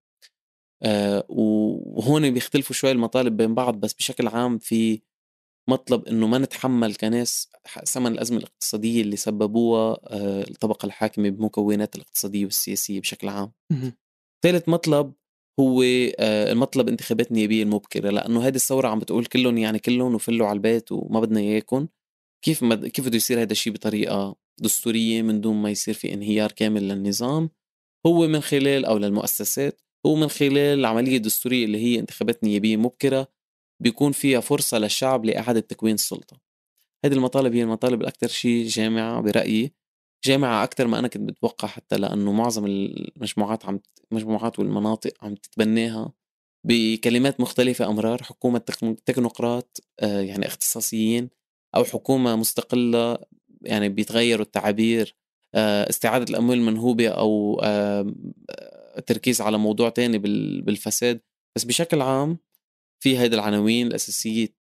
آه، وهون بيختلفوا شوي المطالب بين بعض، بس بشكل عام في مطلب إنه ما نتحمل كناس ثمن الأزمة الاقتصادية اللي سببوها آه، الطبقة الحاكمة بمكونات الاقتصادية والسياسية بشكل عام. مهم. ثالث مطلب هو آه، المطلب انتخابات نيابية المبكرة، لأنه هذه الثورة عم بتقول كلهم يعني كلهم وفلوا على البيت وما بدنا إياكم. كيف مد... كيف بده يصير هذا الشيء بطريقة دستورية من دون ما يصير في انهيار كامل للنظام؟ هو من خلال أو للمؤسسات، هو من خلال العملية الدستورية اللي هي انتخابات نيابية مبكرة بيكون فيها فرصة للشعب لإعادة تكوين السلطة. هذه المطالب هي المطالب الأكثر شيء جامعة برأيي، جامعة أكثر ما أنا كنت بتوقع، حتى لأنه معظم المجموعات عم المجموعات والمناطق عم تتبناها بكلمات مختلفة: أمرار، حكومة تكنو- تكنوقراط، آه، يعني اختصاصيين، أو حكومة مستقلة يعني بيتغيروا التعابير، آه، استعادة الأموال المنهوبة، أو آه، آه، تركيز على موضوع تاني بال- بالفساد. بس بشكل عام في هيدا العناوين الأساسية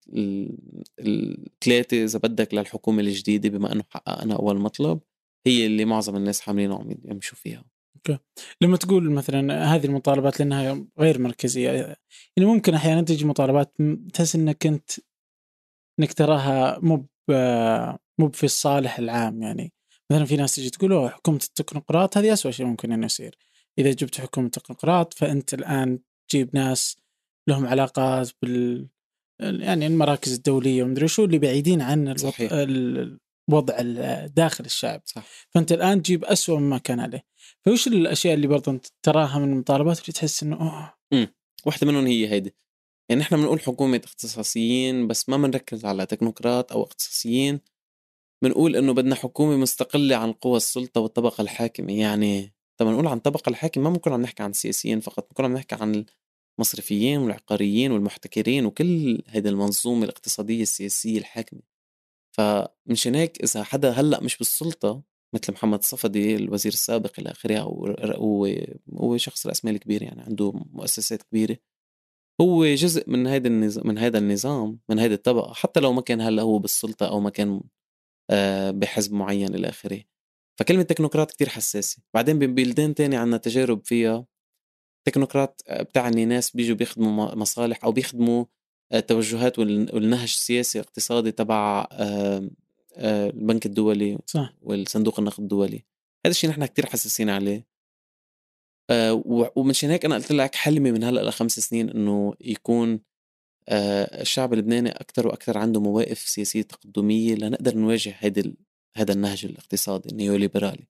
الثلاثة إذا بدك للحكومة الجديدة، بما أنه حققنا أول مطلب، هي اللي معظم الناس حاملين وعم يمشوا فيها. أوكي. لما تقول مثلا هذه المطالبات لأنها غير مركزية يعني ممكن أحيانا تجي مطالبات م- تحس إنك أنت إنك تراها مو ب- مو في الصالح العام يعني. مثلا في ناس تجي تقول أوه حكومة التكنوقراط هذه أسوأ شيء ممكن إنه يصير. إذا جبت حكومة التكنوقراط فأنت الآن تجيب ناس لهم علاقات بال يعني المراكز الدولية ومدري شو اللي بعيدين عن الوضع صحيح. الوضع ال- داخل الشعب. صح. فأنت الآن تجيب أسوأ مما كان عليه. فوش الأشياء اللي برضه أنت تراها من المطالبات اللي تحس إنه أوه امم واحدة منهم هي هيدي، يعني نحن بنقول حكومة اختصاصيين بس ما بنركز على تكنوقراط أو اختصاصيين. بنقول إنه بدنا حكومة مستقلة عن قوى السلطة والطبقة الحاكمة. يعني طبعا نقول عن الطبقة الحاكمة ما بنكون عم نحكي عن السياسيين فقط، بنكون عم نحكي عن المصرفيين والعقاريين والمحتكرين وكل هيدي المنظومة الاقتصادية السياسية الحاكمة. فمشان هيك إذا حدا هلأ مش بالسلطة مثل محمد صفدي الوزير السابق إلى آخره، أو هو هو شخص رأس مال كبير يعني عنده مؤسسات كبيرة، هو جزء من هيدا النظام من هيدا النظام من هيدا الطبقة، حتى لو ما كان هلأ هو بالسلطة أو ما كان آه، بحزب معين إلى آخره. فكلمة تكنوقراط كتير حساسة. بعدين ببلدان تاني عنا تجارب فيها تكنوقراط آه، بتعني ناس بيجوا بيخدموا م- مصالح أو بيخدموا آه، توجهات وال- والنهج السياسي الاقتصادي تبع آه، آه، البنك الدولي صح. والصندوق النقد الدولي. هذا الشيء نحن كتير حساسين عليه. آه، و- ومشان هيك أنا قلت لك حلمي من هلأ لخمس سنين إنه يكون آه، الشعب اللبناني أكتر وأكتر عنده مواقف سياسية تقدمية لنقدر نواجه هيدا ال- هذا النهج الاقتصادي النيوليبرالي.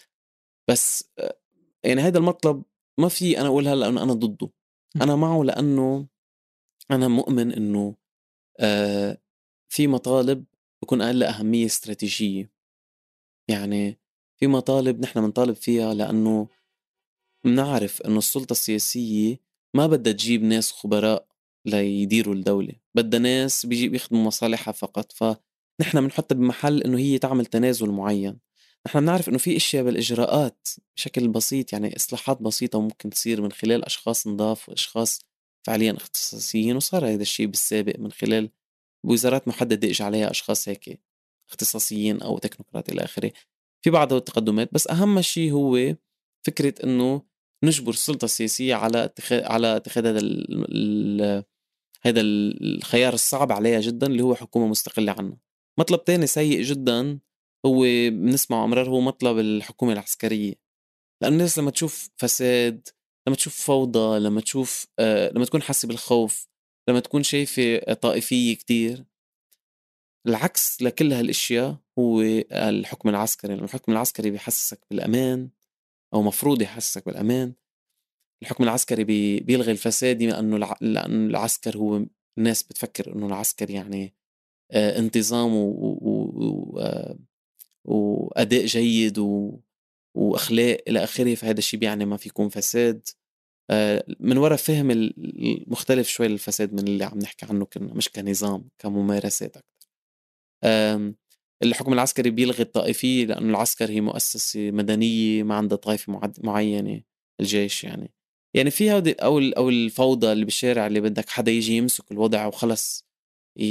بس آه، يعني هذا المطلب ما في أنا أقول هلأ أنه أنا ضده، أنا معه، لأنه أنا مؤمن إنه آه في مطالب بكون أقل أهمية استراتيجية. يعني في مطالب نحن بنطالب فيها لأنه بنعرف إنه السلطة السياسية ما بدها تجيب ناس خبراء ليديروا الدولة، بدها ناس بيجي بيخدموا مصالحها فقط. فنحن بنحطها بمحل إنه هي تعمل تنازل معين. نحن بنعرف إنه في إشياء بالإجراءات بشكل بسيط، يعني إصلاحات بسيطة ممكن تصير من خلال أشخاص نضاف وأشخاص فعليا اختصاصيين، وصار هذا الشيء بالسابق من خلال بوزارات محددة إجى عليها أشخاص هيك اختصاصيين أو تكنوقراط إلى آخره. في بعض التقدمات، بس أهم شيء هو فكرة إنه نجبر السلطة السياسية على اتخاذ على اتخاذ هذا ال... ال... هذا الخيار الصعب عليها جدا، اللي هو حكومة مستقلة عنها. مطلب تاني سيء جدا هو بنسمعه أمرار، هو مطلب الحكومة العسكرية. لأن الناس لما تشوف فساد، لما تشوف فوضى، لما تشوف آه، لما تكون حاسة بالخوف، لما تكون شايفة طائفية كتير، العكس لكل هالاشياء هو الحكم العسكري. لأن الحكم العسكري بيحسسك بالأمان، أو مفروض يحسسك بالأمان. الحكم العسكري بي بيلغي الفساد، لأنه الع... لأن العسكر هو، الناس بتفكر إنه العسكر يعني آه انتظام و... و... و... آه وأداء جيد و... وأخلاق إلى آخره، فهذا الشيء بيعني ما في يكون فساد. آه من وراء فهم المختلف شوي للفساد من اللي عم نحكي عنه كنا، مش كنظام، كممارسات أكثر. آم، الحكم العسكري بيلغي الطائفية، لأنه العسكر هي مؤسسة مدنية ما عندها طائفة معد- معينة. الجيش يعني يعني في هودي أو ال- أو الفوضى اللي بالشارع، اللي بدك حدا يجي يمسك الوضع وخلص ي-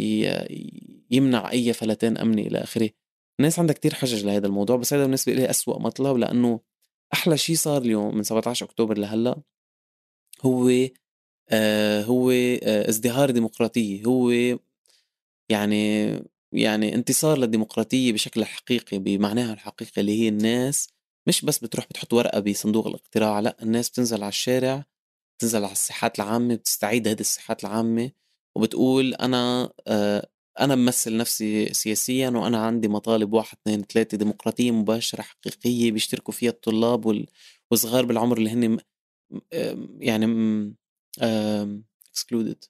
ي- يمنع أي فلتان أمني إلى آخره. الناس عندها كتير حجج لهذا الموضوع، بس هذا بالنسبة لي أسوأ مطلب، لأنه أحلى شيء صار اليوم من سبعة عشر أكتوبر لهلأ هو آه هو آه ازدهار ديمقراطية. هو يعني يعني انتصار للديمقراطية بشكل حقيقي، بمعناها الحقيقي، اللي هي الناس مش بس بتروح بتحط ورقة بصندوق الاقتراع، لا، الناس بتنزل على الشارع، بتنزل على الساحات العامة، بتستعيد هذه الساحات العامة، وبتقول أنا آه أنا بمثل نفسي سياسيا، وأنا عندي مطالب واحد اثنين ثلاثة، ديمقراطية مباشرة حقيقية بيشتركوا فيها الطلاب وال- والصغار بالعمر، اللي هن م- آم، يعني م- آم، excluded،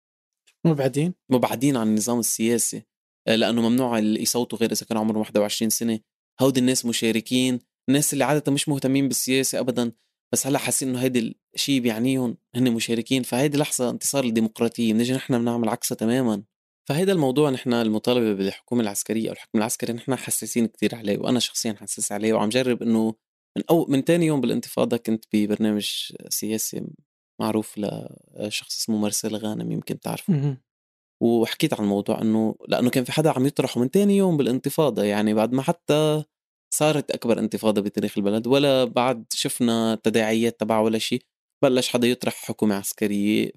مو بعدين. مبعدين عن النظام السياسي. آه، لأنه ممنوع ال- يصوتوا غير إذا كان عمرهم واحد وعشرين سنة. هودي الناس مشاركين، الناس اللي عادة مش مهتمين بالسياسة أبدا، بس هلا حاسين إنه هيدي الشيء بيعنيهم، هن مشاركين. فهيدي لحظة انتصار الديمقراطية، بنيجي نحن بنعمل عكسها تماما. فهيدا الموضوع نحن المطالبة بالحكومة العسكرية أو الحكم العسكري نحن حساسين كتير عليه، وأنا شخصيا حساس عليه، وعم جرب إنه من أو من تاني يوم بالانتفاضة كنت ببرنامج سياسي معروف لشخص اسمه مرسل غانم، يمكن تعرفه. مهم. وحكيت عن الموضوع انه لانه كان في حدا عم يطرحه من تاني يوم بالانتفاضة، يعني بعد ما حتى صارت اكبر انتفاضة بتاريخ البلد، ولا بعد شفنا التداعيات تبعها ولا شيء، بلش حدا يطرح حكومة عسكرية.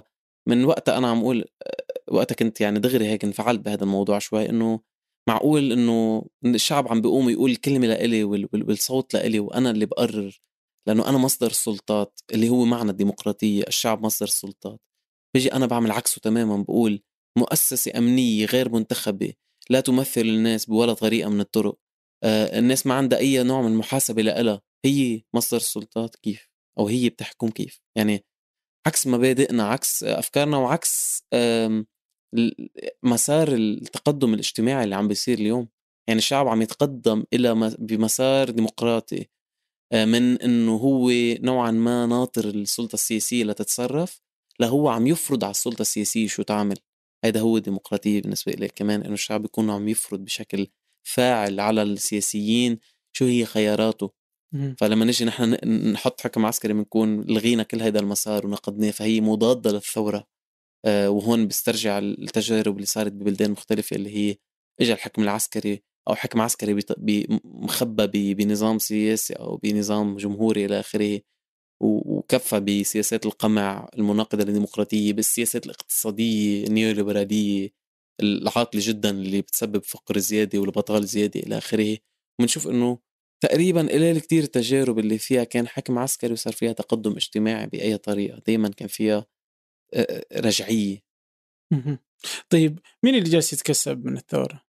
فمن وقتها انا عم اقول، وقتها كنت يعني دغري هيك انفعلت بهذا الموضوع شوي، انه معقول انه الشعب عم بيقوم يقول الكلمة لإلي وال- وال- والصوت لإلي، وانا اللي بقرر، لانه انا مصدر السلطات، اللي هو معنى الديمقراطية، الشعب مصدر السلطات. بيجي انا بعمل عكسه تماما، بقول مؤسسة أمنية غير منتخبة لا تمثل الناس بولا طريقة من الطرق، آه الناس ما عندها أي نوع من المحاسبة لها، هي مصدر السلطات كيف؟ أو هي بتحكم كيف؟ يعني عكس مبادئنا، عكس أفكارنا، وعكس آم، ال- مسار التقدم الاجتماعي اللي عم بيصير اليوم. يعني الشعب عم يتقدم إلى م- بمسار ديمقراطي، آه، من انه هو نوعا ما ناطر السلطة السياسية لتتصرف، لهو عم يفرض على السلطة السياسية شو تعمل. هذا هو الديمقراطية بالنسبة لي كمان، انه الشعب يكون عم يفرض بشكل فاعل على السياسيين شو هي خياراته. مهم. فلما نجي نحن ن- نحط حكم عسكري، بنكون لغينا كل هذا المسار ونقدناه، فهي مضادة للثورة. آه، وهون بسترجع التجارب اللي صارت ببلدان مختلفة، اللي هي اجى الحكم العسكري، او حكم عسكري بط- ب- مخبى ب- بنظام سياسي او بنظام جمهوري الى اخره، و- وكفى بسياسات القمع المناقضة للديمقراطية، بالسياسات الاقتصادية النيوليبرالية العاطلة جدا، اللي بتسبب فقر زيادة والبطالة زيادة الى اخره. بنشوف انه تقريبا قليل كتير التجارب اللي فيها كان حكم عسكري وصار فيها تقدم اجتماعي بأي طريقة، دايما كان فيها آه، آه، رجعية. مهم. طيب مين اللي جالس يتكسب من الثورة؟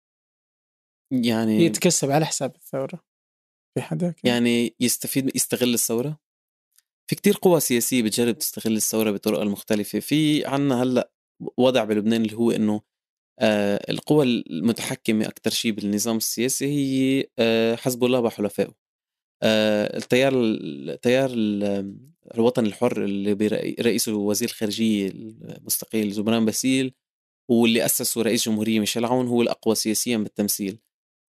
يعني يتكسب على حساب الثورة، في حدا كده؟ يعني يستفيد، يستغل الثورة. في كتير قوى سياسية بتجرب تستغل الثورة بطرق المختلفة. في عنا هلأ وضع بلبنان اللي هو إنه آه القوى المتحكمة أكتر شيء بالنظام السياسي هي آه حزب الله وحلفائه. آه التيار التيار ال- الوطني الحر، اللي برئيسه وزير الخارجية المستقيل زبران باسيل، واللي أسسه رئيس جمهورية ميشيل عون، هو الأقوى سياسيا بالتمثيل.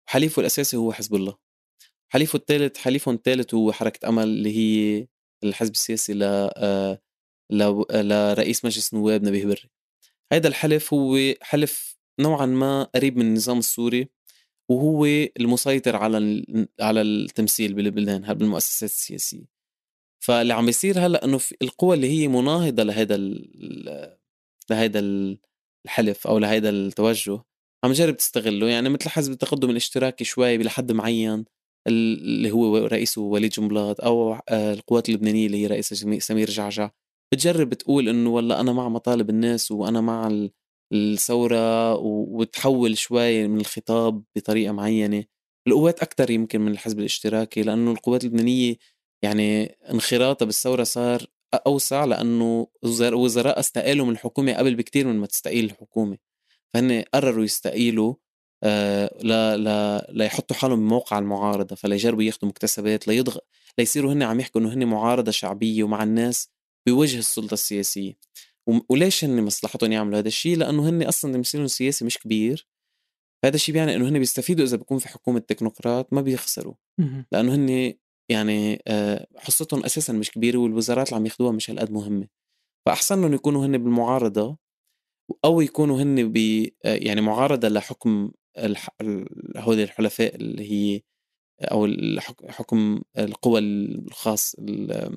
وحليفه الأساسي هو حزب الله. حليفه الثالث حليفهم الثالث هو حركة أمل اللي هي الحزب السياسي ل آه، ل- لرئيس مجلس النواب نبيه بري. هذا الحلف هو حلف نوعا ما قريب من النظام السوري، وهو المسيطر على ال- على التمثيل بلبنان بالمؤسسات السياسية. فاللي عم بيصير هلا انه في القوى اللي هي مناهضة لهذا ال- لهذا الحلف او لهذا التوجه عم جرب تستغله، يعني مثل حزب التقدم الاشتراكي شوي لحد معين اللي هو رئيسه وليد جنبلاط، او آه، القوات اللبنانية اللي هي رئيسها جمي- سمير جعجع، بتجرب تقول انه والله انا مع مطالب الناس وانا مع ال- الثورة، و- وتحول شوي من الخطاب بطريقة معينة. القوات أكتر يمكن من الحزب الاشتراكي، لأنه القوات اللبنانية يعني انخراطها بالثورة صار أوسع، لأنه وزر- وزراء استقالوا من الحكومة قبل بكتير من ما تستقيل الحكومة. فهن قرروا يستقيلوا آه لا لا ليحطوا حالهم بموقع المعارضة، فليجربوا ياخدوا مكتسبات ليضغ ليصيروا هن عم يحكوا إنه هن معارضة شعبية ومع الناس بوجه السلطة السياسية. وم- وليش هن مصلحتهم يعملوا هذا الشيء؟ لأنه هن أصلا تمثيلهم السياسي مش كبير. هذا الشيء بيعني إنه هن بيستفيدوا إذا بيكون في حكومة تكنوقراط، ما بيخسروا، مهم. لأنه هن يعني آه، حصتهم أساسا مش كبيرة، والوزارات اللي عم ياخدوها مش هالقد مهمة. فأحسن لهم يكونوا هن بالمعارضة، أو يكونوا هن ب آه، يعني معارضة لحكم الح... ال- هول الحلفاء اللي هي أو الحك... حكم القوى الخاص ال...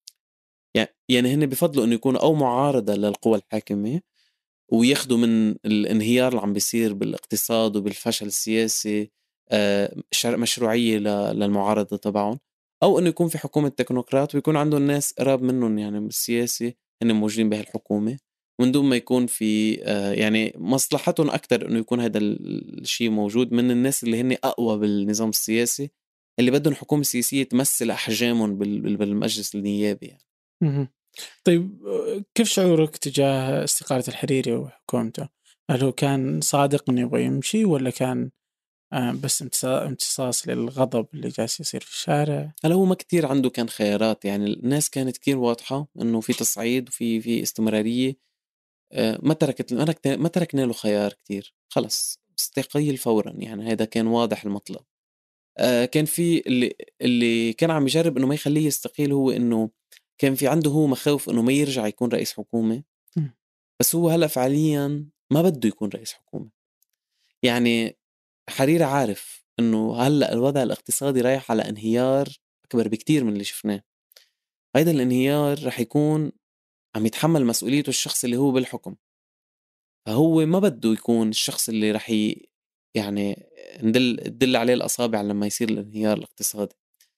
يعني يعني هن بفضلوا إنه يكونوا أو معارضة للقوى الحاكمة، وياخدوا من الانهيار اللي عم بيصير بالاقتصاد وبالفشل السياسي آه، شر- مشروعية ل- للمعارضة تبعهم، أو إنه يكون في حكومة تكنوقراط ويكون عندهم ناس قراب منهم يعني بالسياسة هن موجودين بهالحكومة، من دون ما يكون في آه، يعني مصلحتهم أكتر إنه يكون هذا ال- الشيء موجود من الناس اللي هن أقوى بالنظام السياسي، اللي بدهم حكومة سياسية تمثل أحجامهم بال- بال- بالمجلس النيابي يعني. مهم. طيب آه، كيف شعورك تجاه استقالة الحريري وحكومته؟ هل هو كان صادق إنه يبغى يمشي، ولا كان آه، بس امتصا- امتصاص للغضب اللي جالس يصير في الشارع؟ هلا هو ما كتير عنده كان خيارات، يعني الناس كانت كتير واضحة انه في تصعيد وفي في استمرارية. آه، ما تركت ما تركت- ما تركنا له خيار كتير، خلص استقيل فورا، يعني هذا كان واضح المطلب. آه، كان في اللي اللي كان عم يجرب انه ما يخليه يستقيل، هو انه كان في عنده هو مخاوف انه ما يرجع يكون رئيس حكومة. مم. بس هو هلا فعليا ما بده يكون رئيس حكومة. يعني حريري عارف انه هلا الوضع الاقتصادي رايح على انهيار اكبر بكتير من اللي شفناه. هيدا الانهيار رح يكون عم يتحمل مسؤوليته الشخص اللي هو بالحكم، فهو ما بده يكون الشخص اللي رح ي... يعني ندل تدل عليه الأصابع لما يصير الانهيار الاقتصادي.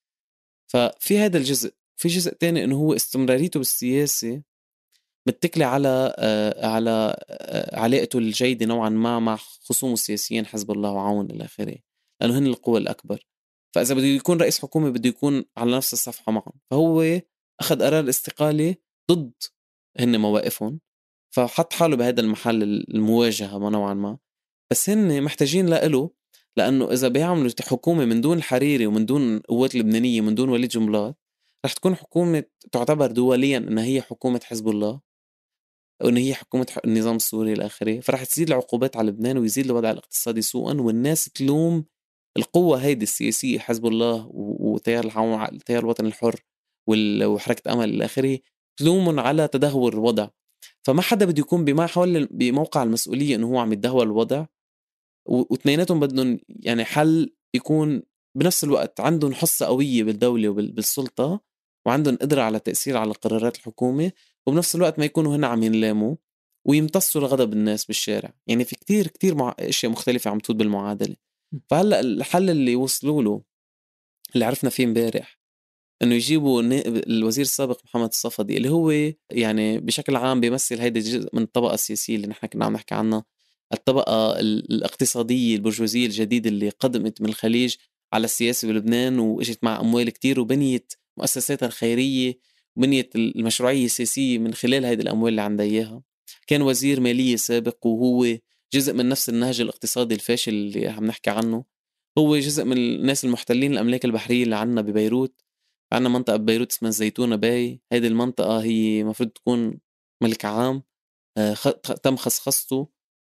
ففي هذا الجزء، في جزء تاني إنه هو استمراريته بالسياسة متكلة على آه على آه علاقته الجيدة نوعا ما مع خصومه السياسيين حزب الله وعون إلى آخره، لأنه هن القوة الأكبر. فإذا بده يكون رئيس حكومة بده يكون على نفس الصفحة معهم، فهو أخذ قرار الاستقالة ضد هن مواقفهم، فحط حاله بهذا المحل المواجهة ما نوعا ما. بس هن محتاجين لإله، لأنه إذا بيعملوا حكومة من دون الحريري ومن دون قوات لبنانية من دون وليد جنبلاط، رح تكون حكومة تعتبر دوليا إنها هي حكومة حزب الله، وإن هي حكومة ح- النظام السوري الآخري، فرح تزيد العقوبات على لبنان ويزيد الوضع الاقتصادي سوءا، والناس تلوم القوة هيدي السياسية حزب الله و- وتيار العون التيار الوطني الحر وال- وحركة أمل إلى آخره، تلومهم على تدهور الوضع. فما حدا بده يكون بما حول بموقع المسؤولية إنه هو عم يتدهور الوضع، و- واثنيناتهم بدهم يعني حل يكون بنفس الوقت عندهم حصة قوية بالدولة وبالسلطة، وعندهم قدرة على التأثير على قرارات الحكومة، وبنفس الوقت ما يكونوا هنا عم ينلاموا ويمتصوا لغضب الناس بالشارع. يعني في كتير كتير مع... اشياء مختلفة عم تفوت بالمعادلة. فهلا الحل اللي وصلوا له اللي عرفنا فيه امبارح انه يجيبوا النائب الوزير السابق محمد الصفدي، اللي هو يعني بشكل عام بيمثل هيدا الجزء من الطبقة السياسية اللي نحن كنا عم نحكي عنها، الطبقة ال- الاقتصادية البرجوازية الجديدة اللي قدمت من الخليج على السياسة بلبنان، واجت مع أموال كتير وبنيت مؤسساتها الخيرية وبنيت المشروعية السياسية من خلال هيدي الأموال اللي عندها إياها. كان وزير مالية سابق، وهو جزء من نفس النهج الاقتصادي الفاشل اللي عم نحكي عنه. هو جزء من الناس المحتلين الأملاك البحرية اللي عنا ببيروت. عنا منطقة ببيروت اسمها الزيتونة باي، هيدي المنطقة هي مفروض تكون ملك عام، آه، خ- تم خصخصته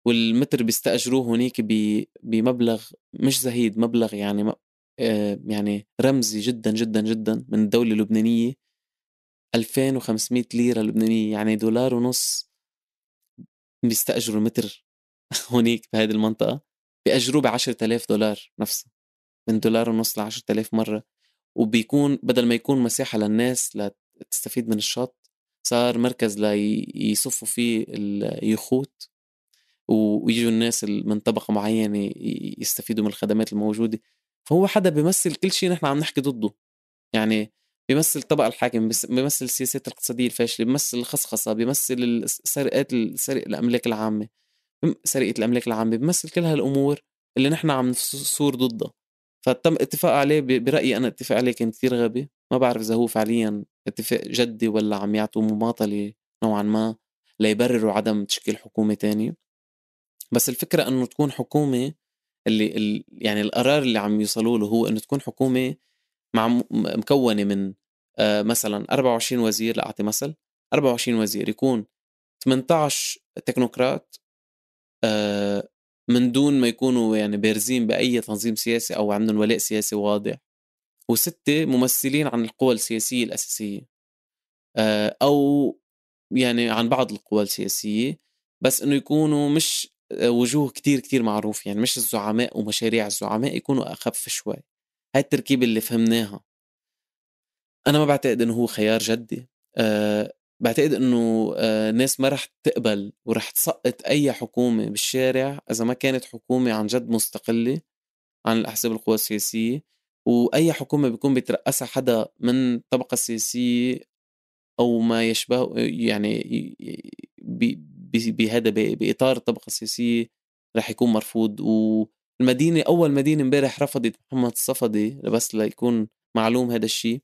والمتر بيستأجروه هونيك بمبلغ مش زهيد، مبلغ يعني يعني رمزي جدا جدا جدا من الدولة اللبنانية، ألفين وخمسمية ليرة لبنانية، يعني دولار ونص بيستأجروا المتر هونيك بهذه المنطقة، بيأجروه بعشرة آلاف دولار نفسه، من دولار ونص لعشرة آلاف مرة. وبيكون بدل ما يكون مساحة للناس لتستفيد من الشط، صار مركز ليصفوا فيه اليخوت ويجوا الناس من طبقة معينة يستفيدوا من الخدمات الموجودة. فهو حدا بيمثل كل شيء نحن عم نحكي ضده، يعني بيمثل الطبقة الحاكم، بيمثل السياسات الاقتصادية الفاشلة، بيمثل الخصخصة، بيمثل السرقات، سرقة الأملاك العامة، سرقة الأملاك العامة، بيمثل كل هالأمور اللي نحن عم نصور ضدها. فتم اتفاق عليه، برأيي أنا اتفاق عليه كان كتير غبي. ما بعرف إذا هو فعليا اتفاق جدي ولا عم يعطوا مماطلة نوعا ما ليبرروا عدم تشكيل حكومة تانية. بس الفكرة أنه تكون حكومة اللي ال... يعني القرار اللي عم يوصلوا له هو أنه تكون حكومة مع م... مكونة من آه مثلا أربعة وعشرين وزير، لأعطي مثل أربعة وعشرين وزير، يكون ثمانية عشر تكنوقراط آه من دون ما يكونوا يعني بارزين بأي تنظيم سياسي أو عندهم ولاء سياسي واضح، وستة ممثلين عن القوى السياسية الأساسية آه أو يعني عن بعض القوى السياسية، بس إنه يكونوا مش وجوه كتير كتير معروف، يعني مش الزعماء ومشاريع الزعماء، يكونوا أخف شوي. هاي التركيبة اللي فهمناها. أنا ما بعتقد إنه هو خيار جدي. أه بعتقد إنه أه الناس ما رح تقبل ورح تسقط أي حكومة بالشارع إذا ما كانت حكومة عن جد مستقلة عن الأحزاب القوى السياسية. وأي حكومة بيكون بيترأسها حدا من الطبقة السياسية أو ما يشبه، يعني بهذا بإطار الطبقة السياسية رح يكون مرفوض. والمدينة أول مدينة امبارح رفضت محمد الصفدي، بس ليكون معلوم هذا الشيء،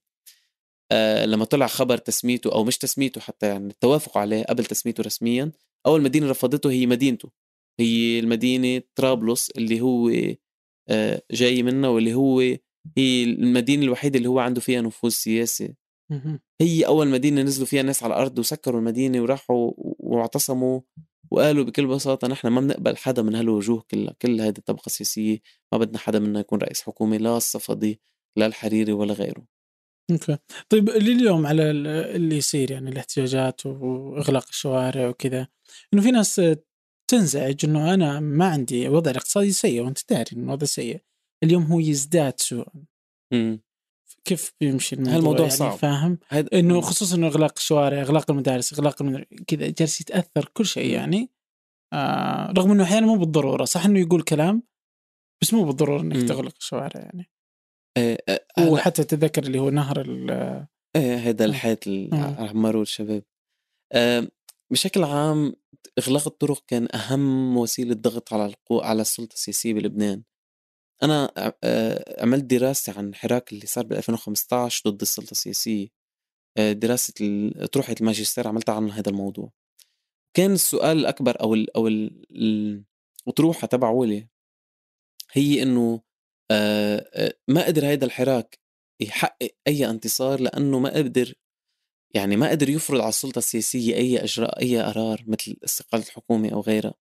آه لما طلع خبر تسميته أو مش تسميته حتى، يعني التوافق عليه قبل تسميته رسميا، أول مدينة رفضته هي مدينته، هي المدينة طرابلس اللي هو آه جاي منه، واللي هو هي المدينة الوحيدة اللي هو عنده فيها نفوذ سياسي. هي أول مدينة نزلوا فيها ناس على الأرض وسكروا المدينة وراحوا واعتصموا وقالوا بكل بساطة نحن ما بنقبل حدا من هالوجوه كلها، كل هذه الطبقة السياسية ما بدنا حدا منا يكون رئيس حكومة، لا الصفدي لا الحريري ولا غيره. اوكي. طيب لليوم على اللي يصير، يعني الاحتجاجات واغلاق الشوارع وكذا، انه في ناس تنزعج انه انا ما عندي وضع اقتصادي سيء وانت داري انه وضع سيء، اليوم هو يزداد سوءا. امم كيف بيمشي الموضوع؟ هالموضوع يعني صعب فاهم هيد... انه خصوصا انه اغلاق الشوارع، اغلاق المدارس، اغلاق المدر... كذا جالس يتاثر كل شيء. مم. يعني آه رغم انه احيانا مو بالضروره، صح انه يقول كلام بس مو بالضروره انك مم. تغلق الشوارع يعني. ايه ايه هلا وحتى تذكر اللي هو نهر ال ايه هذا آه. الحيط اللي آه. عمروه الشباب. أه بشكل عام إغلاق الطرق كان أهم وسيلة ضغط على القو... على السلطة السياسية بلبنان. أنا أه عملت دراسة عن الحراك اللي صار بال ألفين وخمسة عشر ضد السلطة السياسية، أه دراسة ال- أطروحة الماجستير عملتها عن هذا الموضوع. كان السؤال الأكبر أو ال... أو ال... ال- الأطروحة تبعولي هي إنه أه آه، ما قدر هيدا الحراك يحقق أي انتصار، لأنه ما قدر، يعني ما قدر يفرض على السلطة السياسية أي إجراء، أي قرار مثل استقالة الحكومة أو غيرها،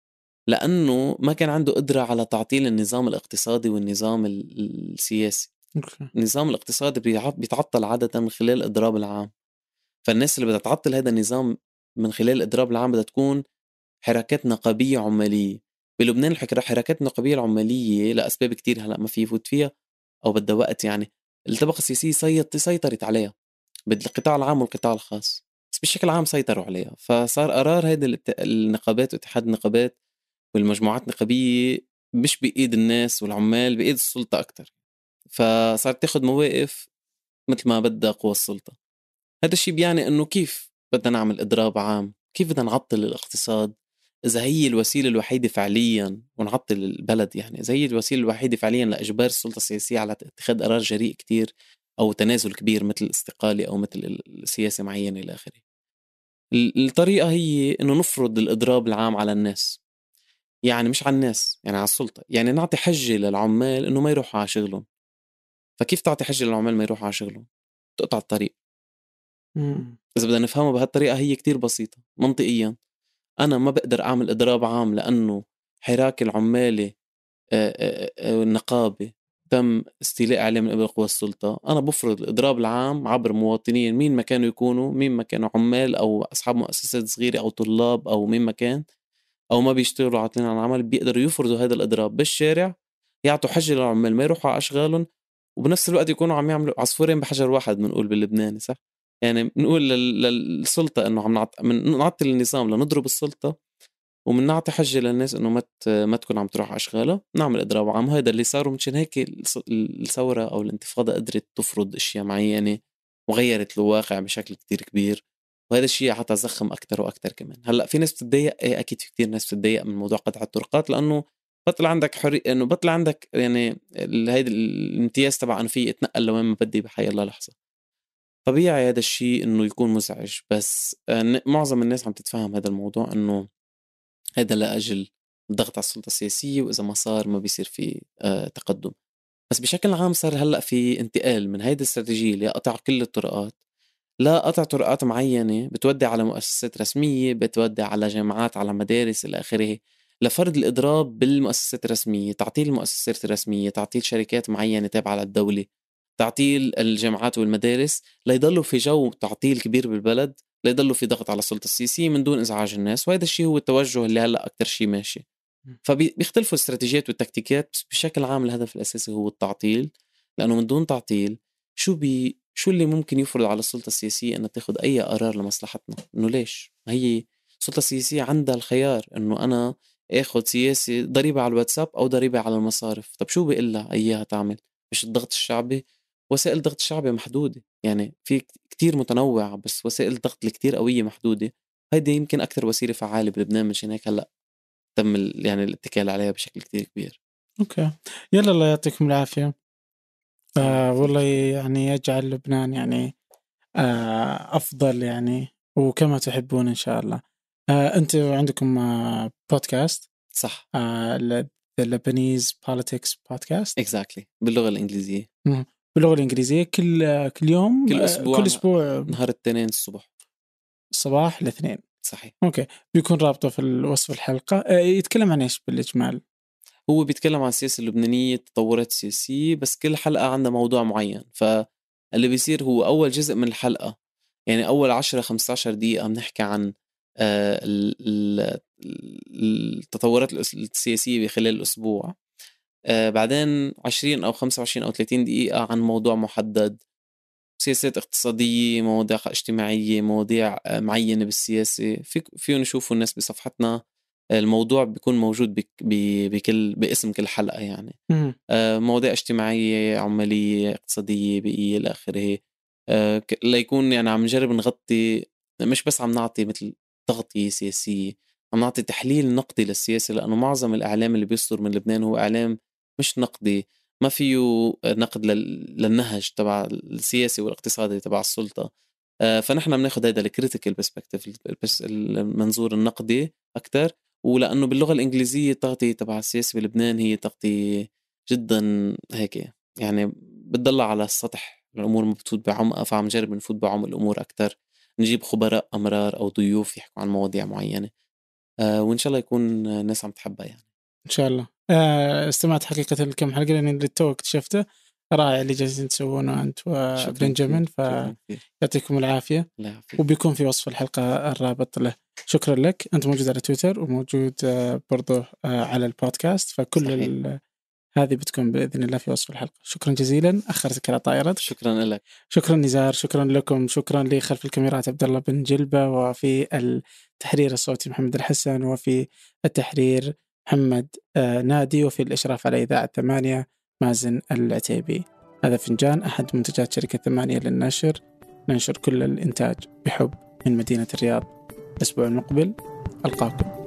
لأنه ما كان عنده قدرة على تعطيل النظام الاقتصادي والنظام ال- السياسي. أوكي. النظام الاقتصادي بيع- بيتعطل عادة من خلال الإضراب العام. فالناس اللي بدها تعطل هذا النظام من خلال الإضراب العام بدها تكون حركات نقابية عمالية. بلبنان الحكرة حركات النقابية العمالية لأسباب كتير هلأ ما في يفوت فيها أو بدها وقت، يعني الطبقة السياسية سيط- سيطرت عليها بالقطاع العام والقطاع الخاص، بس بشكل عام سيطروا عليها. فصار قرار هيدا الات- النقابات واتحاد النقابات والمجموعات النقابية مش بإيد الناس والعمال، بإيد السلطة أكتر. فصارت تاخد مواقف مثل ما بدها قوى السلطة. هذا الشيء بيعني إنه كيف بدنا نعمل إضراب عام، كيف بدنا نعطل الاقتصاد إذا هي الوسيلة الوحيدة فعليا، ونعطل البلد يعني إذا هي الوسيلة الوحيدة فعليا لإجبار السلطة السياسية على اتخاذ قرار جريء كتير أو تنازل كبير مثل الاستقالة أو مثل السياسة معينة إلى آخره. ال- الطريقة هي إنه نفرض الإضراب العام على الناس، يعني مش على الناس، يعني على السلطة، يعني نعطي حجة للعمال إنه ما يروحوا على شغلهم. فكيف تعطي حجة للعمال ما يروحوا على شغلهم؟ تقطع الطريق. مم. إذا بدنا نفهمها بهالطريقة هي كتير بسيطة منطقيا. أنا ما بقدر أعمل إضراب عام لأنه حراك العمالي النقابة تم استيلاء عليه من قبل قوى السلطة، أنا بفرض الإضراب العام عبر مواطنين مين ما كانوا يكونوا، مين ما كانوا عمال أو أصحاب مؤسسات صغيرة أو طلاب أو مين ما كان، أو ما بيشتغلوا عاطلين عن العمل، بيقدروا يفرضوا هذا الإضراب بالشارع، يعطوا حجة للعمال ما يروحوا على أشغالهم، وبنفس الوقت يكونوا عم يعملوا عصفورين بحجر واحد بنقول باللبناني صح؟ يعني بنقول لل- للسلطة إنه عم نعط... من نعطل النظام لنضرب السلطة، ومن نعطي حجة للناس إنه ما ت... ما تكون عم تروح على أشغالها، نعمل إضراب عام. هذا اللي صار، ومشان هيك الس- الثورة أو الانتفاضة قدرت تفرض أشياء معينة وغيرت الواقع بشكل كتير كبير، وهذا الشيء حتى زخم أكتر وأكتر كمان. هلأ في ناس بتتضايق، إيه أكيد في كتير ناس بتتضايق من موضوع قطع الطرقات، لأنه بطل عندك حرية، إنه بطل عندك يعني ال- هيدا الامتياز تبع أنا في أتنقل لوين ما بدي بحي الله لحظة. طبيعي هذا الشيء إنه يكون مزعج، بس آه، ن- معظم الناس عم تتفهم هذا الموضوع إنه هذا لأجل الضغط على السلطة السياسية، وإذا ما صار ما بيصير في آه، تقدم. بس بشكل عام صار هلأ في انتقال من هيدي الاستراتيجية اللي قطع كل الطرقات، لا قطع طرقات معينة بتودي على مؤسسات رسمية، بتودي على جامعات، على مدارس إلى آخره، لفرض الإضراب بالمؤسسات الرسمية، تعطيل المؤسسات الرسمية، تعطيل شركات معينة تابعة للدولة، تعطيل الجامعات والمدارس، ليضلوا في جو تعطيل كبير بالبلد، ليضلوا في ضغط على السلطة السياسية من دون إزعاج الناس. وهذا الشيء هو التوجه اللي هلأ أكتر شيء ماشي. فبيختلفوا الاستراتيجيات والتكتيكات، بس بشكل عام الهدف الأساسي هو التعطيل، لأنه من دون تعطيل شو بي شو اللي ممكن يفرض على السلطة السياسية أنها تاخد أي قرار لمصلحتنا؟ إنه ليش؟ ما هي السلطة السياسية عندها الخيار إنه أنا آخد سياسي ضريبة على الواتساب أو ضريبة على المصارف. طب شو بيقول لها إياها تعمل؟ مش الضغط الشعبي؟ وسائل الضغط الشعبي محدودة، يعني في كتير متنوعة، بس وسائل الضغط الكتير قوية محدودة. هيدي يمكن أكتر وسيلة فعالة بلبنان، مشان هيك هلأ تم ال- يعني الاتكال عليها بشكل كتير كبير. أوكي، يلا الله يعطيكم العافية. الله آه يعافيك. والله يعني يجعل لبنان يعني آه أفضل يعني، وكما تحبون إن شاء الله. آه أنتوا عندكم آه بودكاست، صح. آه ل- The Lebanese Politics Podcast. exactly باللغة الإنجليزية. مم. باللغة الإنجليزية كل آه كل يوم كل آه أسبوع كل ن- أسبوع نهار الاثنين الصبح. صباح الاثنين. صحيح. أوكي، بيكون رابطه في الوصف الحلقة. آه يتكلم عن إيش بالإجمال؟ هو بيتكلم عن السياسة اللبنانية، التطورات السياسية، بس كل حلقة عندها موضوع معين. فاللي بيصير هو أول جزء من الحلقة، يعني أول عشرة خمسة عشر دقيقة بنحكي عن آه، ال- ال- التطورات الأس- السياسية بخلال الأسبوع. آه، بعدين عشرين أو خمسة وعشرين أو ثلاثين دقيقة عن موضوع محدد، سياسات اقتصادية، مواضيع اجتماعية، مواضيع آه، معينة بالسياسة. في فيهم يشوفوا الناس بصفحتنا، الموضوع بيكون موجود بك ب- بكل باسم كل حلقة يعني. مم. آه، مواضيع اجتماعية، عمالية، اقتصادية، بيئية إلى آخره. آه، ك- ليكون يعني عم نجرب نغطي، مش بس عم نعطي مثل تغطية سياسية، عم نعطي تحليل نقدي للسياسة، لأنه معظم الإعلام اللي بيصدر من لبنان هو إعلام مش نقدي، ما فيه نقد لل- للنهج تبع السياسي والاقتصادي تبع السلطة. آه، فنحن بناخد هذا الكريتيكال برسبكتيف، بس المنظور النقدي أكتر. ولأنه باللغة الإنجليزية التغطية تبع السياسة بلبنان هي تغطية جدا هيك، يعني بتضل على السطح، الأمور ما بتفوت بعمقها، فعم نجرب نفوت بعمق الأمور أكتر، نجيب خبراء أمرار أو ضيوف يحكوا عن مواضيع معينة. آه، وإن شاء الله يكون الناس عم تحبها يعني. إن شاء الله. آه استمعت حقيقة لكم حلقة لأني للتو اكتشفته رائع اللي جالسين تسوونه أنت شكرا وبنجامين، كثير، شكرا كثير. فيعطيكم العافية. الله يعافيك. وبيكون في وصف الحلقة الرابط له. شكرا لك، أنت موجود على تويتر وموجود آه برضو آه على البودكاست، فكل صحيح. ال- هذه بتكون بإذن الله في وصف الحلقة. شكرا جزيلا، أخرتك على طائرتك. شكرا لك. شكرا نزار، شكرا لكم، شكرا لي خلف الكاميرات عبد الله بن جلبة، وفي التحرير الصوتي محمد الحسن، وفي التحرير محمد آه نادي، وفي الإشراف على إذاعة ثمانية مازن العتيبي. هذا فنجان أحد منتجات شركة ثمانية للنشر، ننشر كل الإنتاج بحب من مدينة الرياض. الأسبوع المقبل ألقاكم.